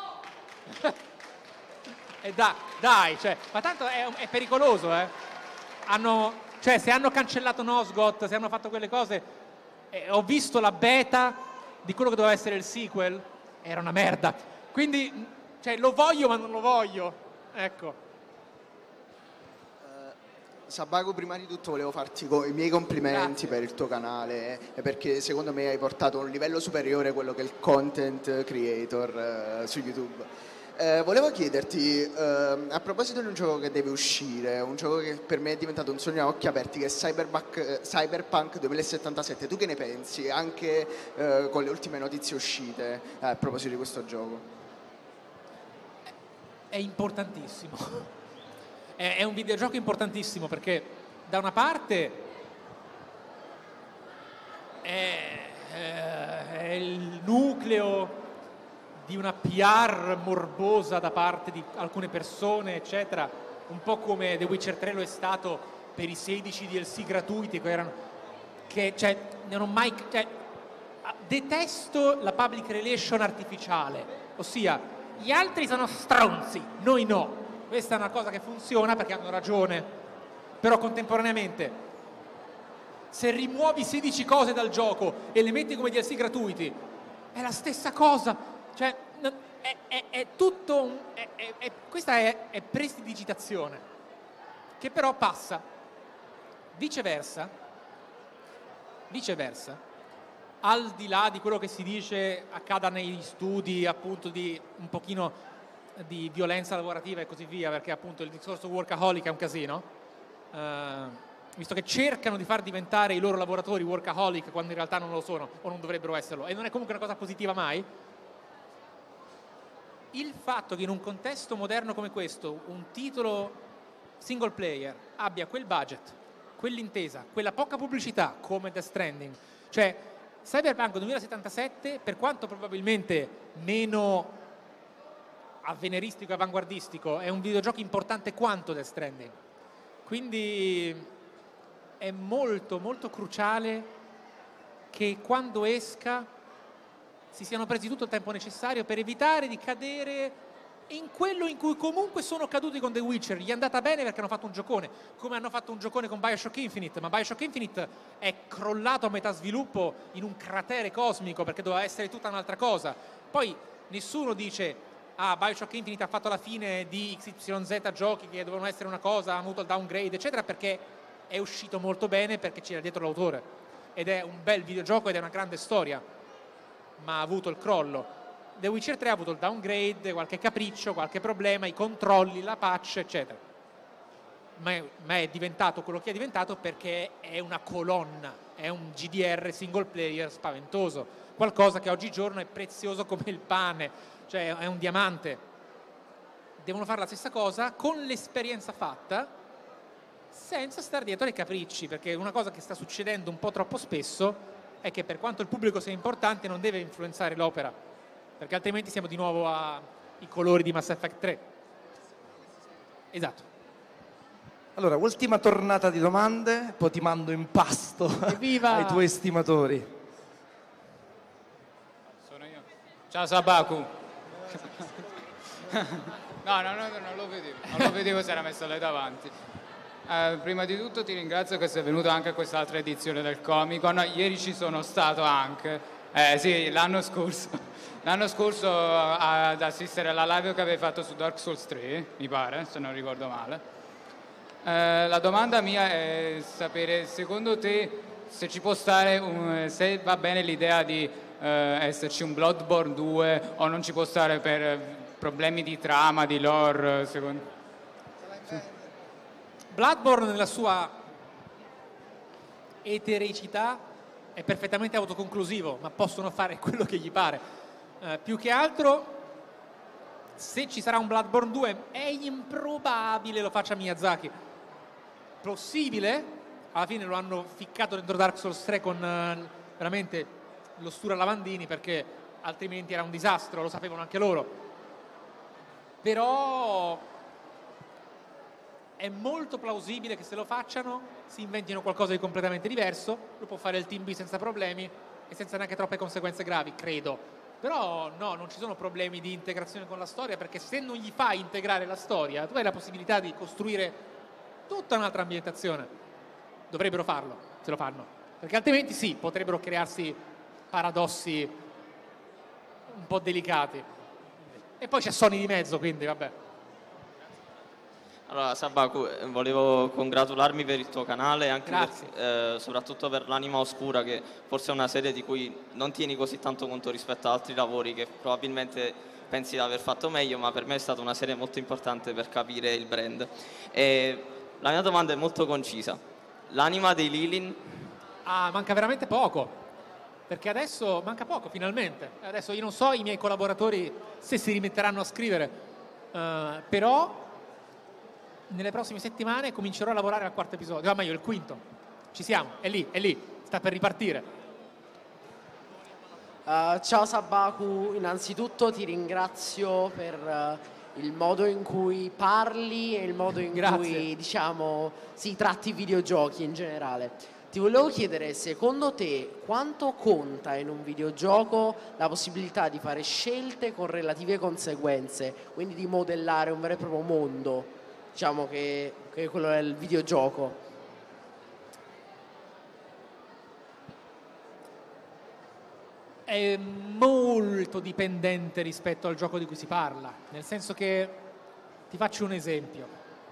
E dai, dai, cioè, ma tanto è, è pericoloso, eh. Hanno... Cioè, se hanno cancellato Nosgoth, se hanno fatto quelle cose, eh, ho visto la beta di quello che doveva essere il sequel, era una merda. Quindi, cioè, lo voglio ma non lo voglio. Ecco. Uh, Sabaku, prima di tutto volevo farti co- i miei complimenti Grazie. per il tuo canale, eh, perché secondo me hai portato a un livello superiore a quello che è il content creator uh, su YouTube. Eh, volevo chiederti, eh, a proposito di un gioco che deve uscire, un gioco che per me è diventato un sogno a occhi aperti, che è Cyberpunk, eh, Cyberpunk duemilasettantasette, tu che ne pensi, anche eh, con le ultime notizie uscite eh, a proposito di questo gioco? È importantissimo. È, è un videogioco importantissimo perché da una parte è, è il nucleo di una P R morbosa da parte di alcune persone, eccetera, un po' come The Witcher tre lo è stato per i sedici D L C gratuiti che erano, che cioè non ho mai, cioè, detesto la public relation artificiale, ossia gli altri sono stronzi, noi no. Questa è una cosa che funziona perché hanno ragione, però contemporaneamente se rimuovi sedici cose dal gioco e le metti come D L C gratuiti è la stessa cosa. Cioè, è, è, è tutto un, è, è, è, questa è, è prestidigitazione che però passa. Viceversa, viceversa, al di là di quello che si dice accada negli studi appunto di un pochino di violenza lavorativa e così via, perché appunto il discorso workaholic è un casino, eh, visto che cercano di far diventare i loro lavoratori workaholic quando in realtà non lo sono o non dovrebbero esserlo, e non è comunque una cosa positiva mai. Il fatto che in un contesto moderno come questo un titolo single player abbia quel budget, quell'intesa, quella poca pubblicità come Death Stranding, cioè Cyberpunk duemilasettantasette, per quanto probabilmente meno avveniristico e avanguardistico, è un videogioco importante quanto Death Stranding, quindi è molto molto cruciale che quando esca si siano presi tutto il tempo necessario per evitare di cadere in quello in cui comunque sono caduti con The Witcher. Gli è andata bene perché hanno fatto un giocone, come hanno fatto un giocone con Bioshock Infinite, ma Bioshock Infinite è crollato a metà sviluppo in un cratere cosmico perché doveva essere tutta un'altra cosa. Poi nessuno dice ah, Bioshock Infinite ha fatto la fine di X Y Z giochi che dovevano essere una cosa, ha avuto il downgrade eccetera, perché è uscito molto bene perché c'era dietro l'autore ed è un bel videogioco ed è una grande storia, ma ha avuto il crollo. The Witcher tre ha avuto il downgrade, qualche capriccio, qualche problema, i controlli, la patch, eccetera. Ma è, ma è diventato quello che è diventato perché è una colonna, è un G D R single player spaventoso, qualcosa che oggigiorno è prezioso come il pane, cioè è un diamante. Devono fare la stessa cosa con l'esperienza fatta, senza stare dietro ai capricci, perché una cosa che sta succedendo un po' troppo spesso è che per quanto il pubblico sia importante non deve influenzare l'opera, perché altrimenti siamo di nuovo ai colori di Mass Effect tre. Esatto. Allora, ultima tornata di domande, poi ti mando in pasto Evviva! ai tuoi estimatori. Sono io. Ciao Sabaku. no, no, no, non lo vedevo, non lo vedevo se era messo lei davanti. Eh, prima di tutto ti ringrazio che sei venuto anche a quest'altra edizione del Comic Con. Ieri ci sono stato anche, eh, sì, l'anno scorso, l'anno scorso ad assistere alla live che avevi fatto su Dark Souls tre, mi pare, se non ricordo male. Eh, la domanda mia è sapere, secondo te, se ci può stare, un, se va bene l'idea di eh, esserci un Bloodborne due o non ci può stare per eh, problemi di trama, di lore, secondo... Bloodborne nella sua etereicità è perfettamente autoconclusivo, ma possono fare quello che gli pare. Eh, più che altro, se ci sarà un Bloodborne due, è improbabile lo faccia Miyazaki. Possibile? Alla fine lo hanno ficcato dentro Dark Souls tre con eh, veramente l'ostura lavandini, perché altrimenti era un disastro, lo sapevano anche loro. Però è molto plausibile che se lo facciano si inventino qualcosa di completamente diverso, lo può fare il Team B senza problemi e senza neanche troppe conseguenze gravi, credo. Però no, non ci sono problemi di integrazione con la storia, perché se non gli fai integrare la storia, tu hai la possibilità di costruire tutta un'altra ambientazione. Dovrebbero farlo, se lo fanno, perché altrimenti sì, potrebbero crearsi paradossi un po' delicati. E poi c'è Sony di mezzo, quindi vabbè. Allora Sabaku, eh, volevo congratularmi per il tuo canale, anche Grazie. per, eh, soprattutto per l'Anima Oscura, che forse è una serie di cui non tieni così tanto conto rispetto ad altri lavori che probabilmente pensi di aver fatto meglio, ma per me è stata una serie molto importante per capire il brand. E la mia domanda è molto concisa. L'anima dei Lilin? Ah, manca veramente poco, perché adesso manca poco finalmente. Adesso io non so i miei collaboratori se si rimetteranno a scrivere, eh, però nelle prossime settimane comincerò a lavorare al quarto episodio, o meglio il quinto. Ci siamo, è lì, è lì, sta per ripartire. Uh, ciao Sabaku, innanzitutto ti ringrazio per uh, il modo in cui parli e il modo in Grazie. cui, diciamo, si tratti i videogiochi in generale. Ti volevo chiedere, secondo te, quanto conta in un videogioco la possibilità di fare scelte con relative conseguenze, quindi di modellare un vero e proprio mondo, diciamo che, che quello è il videogioco? È molto dipendente rispetto al gioco di cui si parla, nel senso che ti faccio un esempio.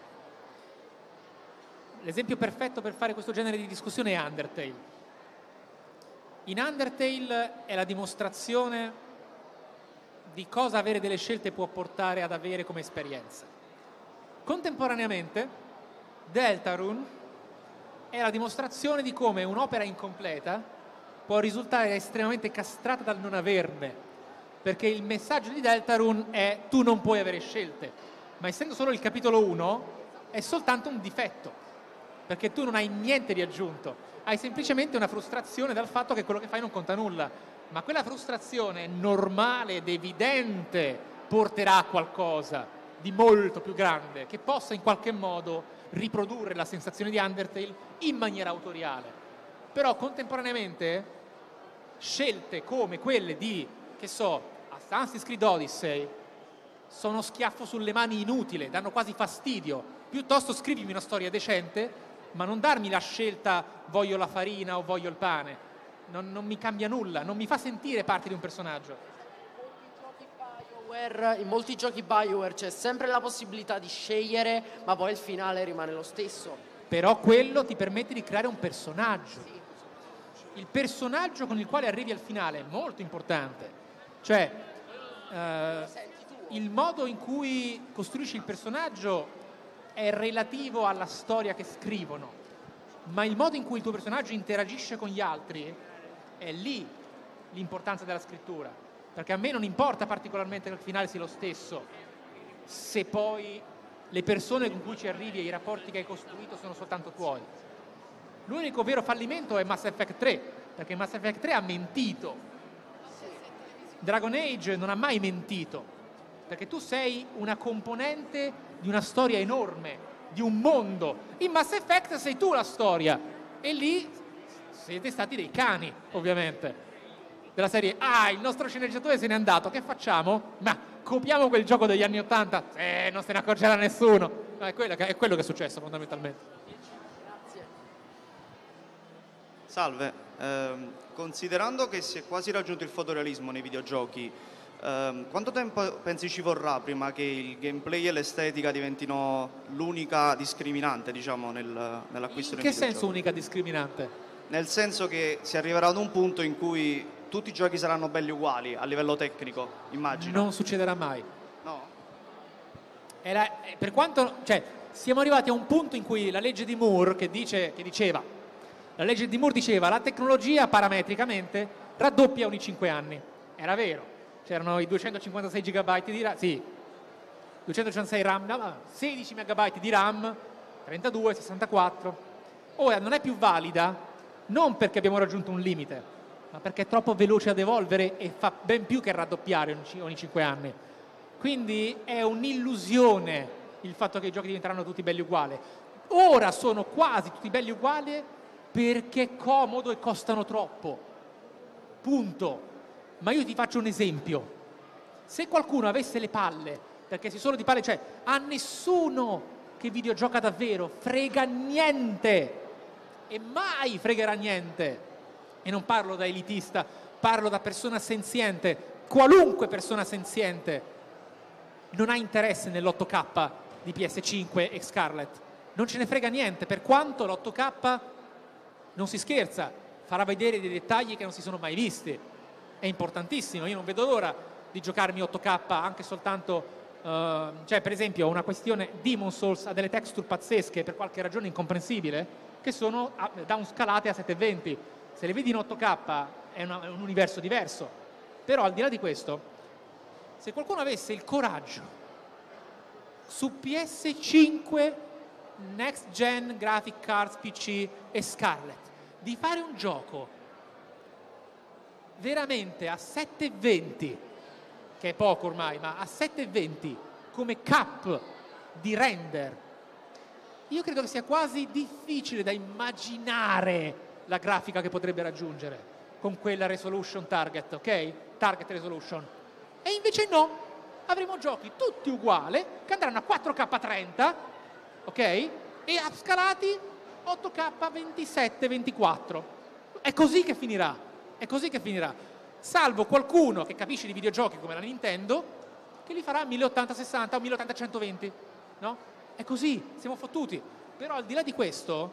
L'esempio perfetto per fare questo genere di discussione è Undertale. In Undertale è la dimostrazione di cosa avere delle scelte può portare ad avere come esperienza. Contemporaneamente Deltarune è la dimostrazione di come un'opera incompleta può risultare estremamente castrata dal non averne, perché il messaggio di Deltarune è: tu non puoi avere scelte, ma essendo solo il capitolo uno è soltanto un difetto, perché tu non hai niente di aggiunto, hai semplicemente una frustrazione dal fatto che quello che fai non conta nulla, ma quella frustrazione normale ed evidente porterà a qualcosa di molto più grande, che possa in qualche modo riprodurre la sensazione di Undertale in maniera autoriale. Però contemporaneamente scelte come quelle di, che so, Assassin's Creed Odyssey sono schiaffo sulle mani inutile, danno quasi fastidio. Piuttosto scrivimi una storia decente, ma non darmi la scelta voglio la farina o voglio il pane. Non, non mi cambia nulla, non mi fa sentire parte di un personaggio. In molti giochi BioWare c'è sempre la possibilità di scegliere, ma poi il finale rimane lo stesso. Però quello ti permette di creare un personaggio. Il personaggio con il quale arrivi al finale è molto importante. Cioè, eh, il modo in cui costruisci il personaggio è relativo alla storia che scrivono, ma il modo in cui il tuo personaggio interagisce con gli altri è lì l'importanza della scrittura. Perché a me non importa particolarmente che il finale sia lo stesso, se poi le persone con cui ci arrivi e i rapporti che hai costruito sono soltanto tuoi. L'unico vero fallimento è Mass Effect tre, perché Mass Effect tre ha mentito. Dragon Age non ha mai mentito, perché tu sei una componente di una storia enorme, di un mondo. In Mass Effect sei tu la storia, e lì siete stati dei cani, ovviamente. Della serie, ah, il nostro sceneggiatore se n'è andato, che facciamo? Ma copiamo quel gioco degli anni Ottanta? Eh, non se ne accorgerà nessuno. È quello che è, quello che è successo fondamentalmente. Grazie. Salve, ehm, considerando che si è quasi raggiunto il fotorealismo nei videogiochi, ehm, quanto tempo pensi ci vorrà prima che il gameplay e l'estetica diventino l'unica discriminante, diciamo, nel, nell'acquisto In del che senso unica discriminante? Nel senso che si arriverà ad un punto in cui tutti i giochi saranno belli uguali a livello tecnico, immagino. Non succederà mai. No? Era, per quanto, cioè, siamo arrivati a un punto in cui la legge di Moore, che, dice, che diceva, la legge di Moore diceva la tecnologia parametricamente raddoppia ogni cinque anni. Era vero, c'erano i duecentocinquantasei gigabyte di RAM, sì, duecentocinquantasei RAM, no, sedici megabyte di RAM, trentadue, sessantaquattro. Ora non è più valida non perché abbiamo raggiunto un limite, ma perché è troppo veloce ad evolvere e fa ben più che raddoppiare ogni cinque anni. Quindi è un'illusione il fatto che i giochi diventeranno tutti belli uguali. Ora sono quasi tutti belli uguali perché è comodo e costano troppo. Punto. Ma io ti faccio un esempio. Se qualcuno avesse le palle, perché si sono di palle, cioè a nessuno che videogioca davvero frega niente e mai fregherà niente, e non parlo da elitista, parlo da persona senziente, qualunque persona senziente non ha interesse nell'otto K di P S cinque e Scarlett, non ce ne frega niente, per quanto l'otto K non si scherza, farà vedere dei dettagli che non si sono mai visti, è importantissimo, io non vedo l'ora di giocarmi otto K anche soltanto. Uh, cioè per esempio una questione, Demon Souls ha delle texture pazzesche per qualche ragione incomprensibile che sono a, downscalate a settecentoventi, se le vedi in otto K è, una, è un universo diverso. Però al di là di questo, se qualcuno avesse il coraggio su P S cinque, Next Gen, Graphic Cards, P C e Scarlett di fare un gioco veramente a settecentoventi, che è poco ormai, ma a settecentoventi come cap di render, io credo che sia quasi difficile da immaginare la grafica che potrebbe raggiungere con quella resolution target, ok? Target resolution. E invece no, avremo giochi tutti uguali che andranno a quattro K trenta, ok? E upscalati otto K ventisette ventiquattro. È così che finirà, è così che finirà. Salvo qualcuno che capisce di videogiochi come la Nintendo, che li farà a mille ottanta sessanta o mille ottanta centoventi, no? È così, siamo fottuti. Però al di là di questo,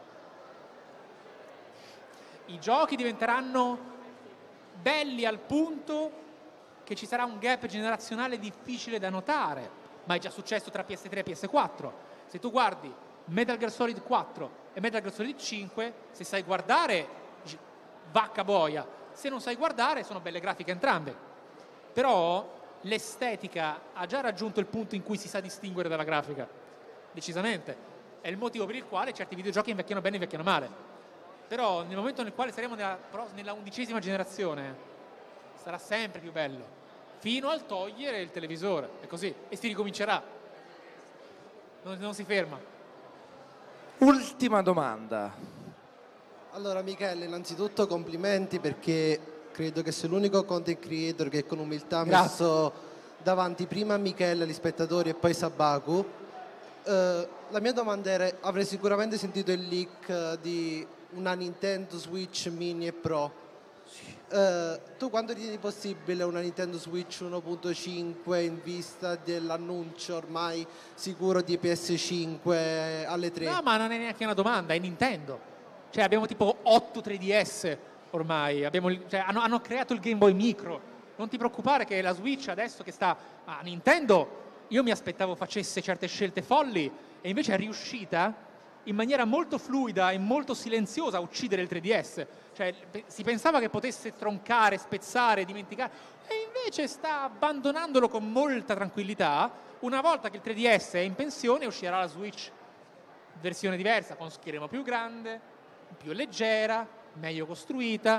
i giochi diventeranno belli al punto che ci sarà un gap generazionale difficile da notare, ma è già successo tra P S tre e P S quattro. Se tu guardi Metal Gear Solid quattro e Metal Gear Solid cinque, se sai guardare, vacca boia. Se non sai guardare, sono belle grafiche entrambe. Però l'estetica ha già raggiunto il punto in cui si sa distinguere dalla grafica. Decisamente. È il motivo per il quale certi videogiochi invecchiano bene e invecchiano male. Però nel momento nel quale saremo nella, nella undicesima generazione, sarà sempre più bello. Fino al togliere il televisore. È così. E si ricomincerà. Non, non si ferma. Ultima domanda. Allora Michele, innanzitutto complimenti perché credo che sei l'unico content creator che con umiltà ha messo davanti prima Michele, gli spettatori e poi Sabaku. Uh, la mia domanda era, avrei sicuramente sentito il leak uh, di una Nintendo Switch Mini e Pro. Uh, tu quando ritieni possibile una Nintendo Switch uno punto cinque in vista dell'annuncio ormai sicuro di P S cinque alle tre? No, ma non è neanche una domanda, è Nintendo. Cioè abbiamo tipo otto tre D S ormai, abbiamo, cioè, hanno, hanno creato il Game Boy Micro. Non ti preoccupare che la Switch adesso che sta a Nintendo, io mi aspettavo facesse certe scelte folli e invece è riuscita in maniera molto fluida e molto silenziosa a uccidere il tre D S. Cioè si pensava che potesse troncare, spezzare, dimenticare e invece sta abbandonandolo con molta tranquillità. Una volta che il tre D S è in pensione uscirà la Switch versione diversa, con schermo più grande, più leggera, meglio costruita.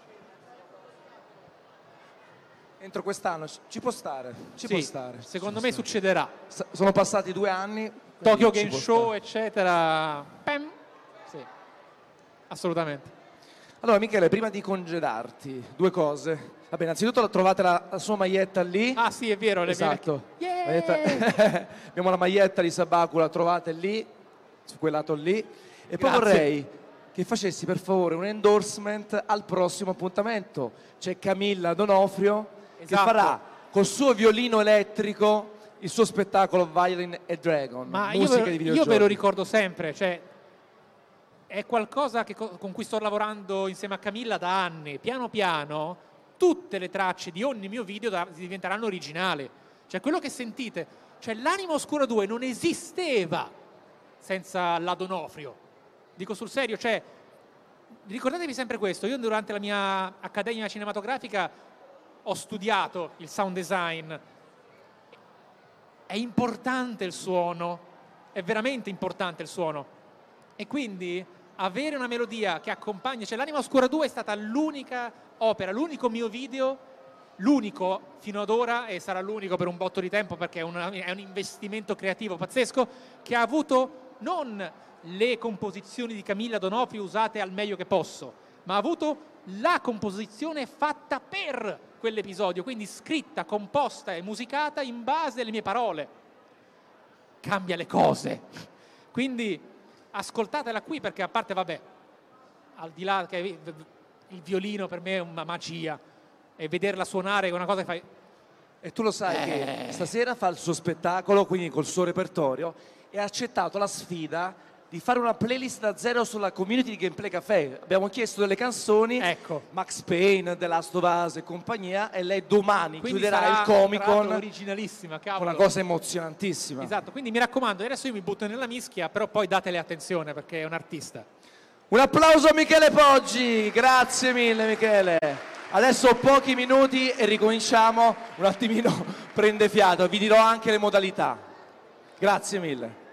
Entro quest'anno ci può stare, ci Sì, può stare. secondo ci me può stare. succederà. S- sono passati due anni. Tokyo quindi ci Game può Show, stare. eccetera. Pem. Sì, assolutamente. Allora Michele, prima di congedarti, due cose. Vabbè, innanzitutto trovate la, la sua maglietta lì. Ah sì, è vero. Le Esatto. Yeah! Maglietta- Abbiamo la maglietta di Sabaku, la trovate lì, su quel lato lì. E poi Grazie. vorrei che facessi per favore un endorsement al prossimo appuntamento. C'è Camilla Donofrio che Esatto. farà col suo violino elettrico il suo spettacolo Violin e Dragon, Ma io musica ve, di io videogiochi. ve lo ricordo sempre, cioè è qualcosa che, con cui sto lavorando insieme a Camilla da anni. Piano piano tutte le tracce di ogni mio video da, diventeranno originali. Cioè quello che sentite, cioè l'Anima Oscura due non esisteva senza la Donofrio. Dico sul serio, cioè ricordatevi sempre questo. Io durante la mia accademia cinematografica ho studiato il sound design. È importante il suono, è veramente importante il suono. E quindi avere una melodia che accompagna, cioè l'Anima Oscura due è stata l'unica opera, l'unico mio video, l'unico fino ad ora, e sarà l'unico per un botto di tempo perché è, una, è un investimento creativo pazzesco, che ha avuto non le composizioni di Camilla Donofrio usate al meglio che posso, ma ha avuto la composizione fatta per quell'episodio, quindi scritta, composta e musicata in base alle mie parole. Cambia le cose. Quindi ascoltatela qui, perché a parte, vabbè, al di là che il violino per me è una magia, e vederla suonare è una cosa che fai... E tu lo sai Eh. che stasera fa il suo spettacolo, quindi col suo repertorio, e ha accettato la sfida di fare una playlist da zero sulla community di Gameplay Café. Abbiamo chiesto delle canzoni, ecco. Max Payne, The Last of Us e compagnia, e lei domani Quindi chiuderà sarà, il Comic tra l'altro, Con originalissima, con cavolo. una cosa emozionantissima. Esatto, quindi mi raccomando, adesso io mi butto nella mischia, però poi datele attenzione perché è un artista. Un applauso a Michele Poggi, grazie mille Michele. Adesso pochi minuti e ricominciamo, un attimino prende fiato, vi dirò anche le modalità. Grazie mille.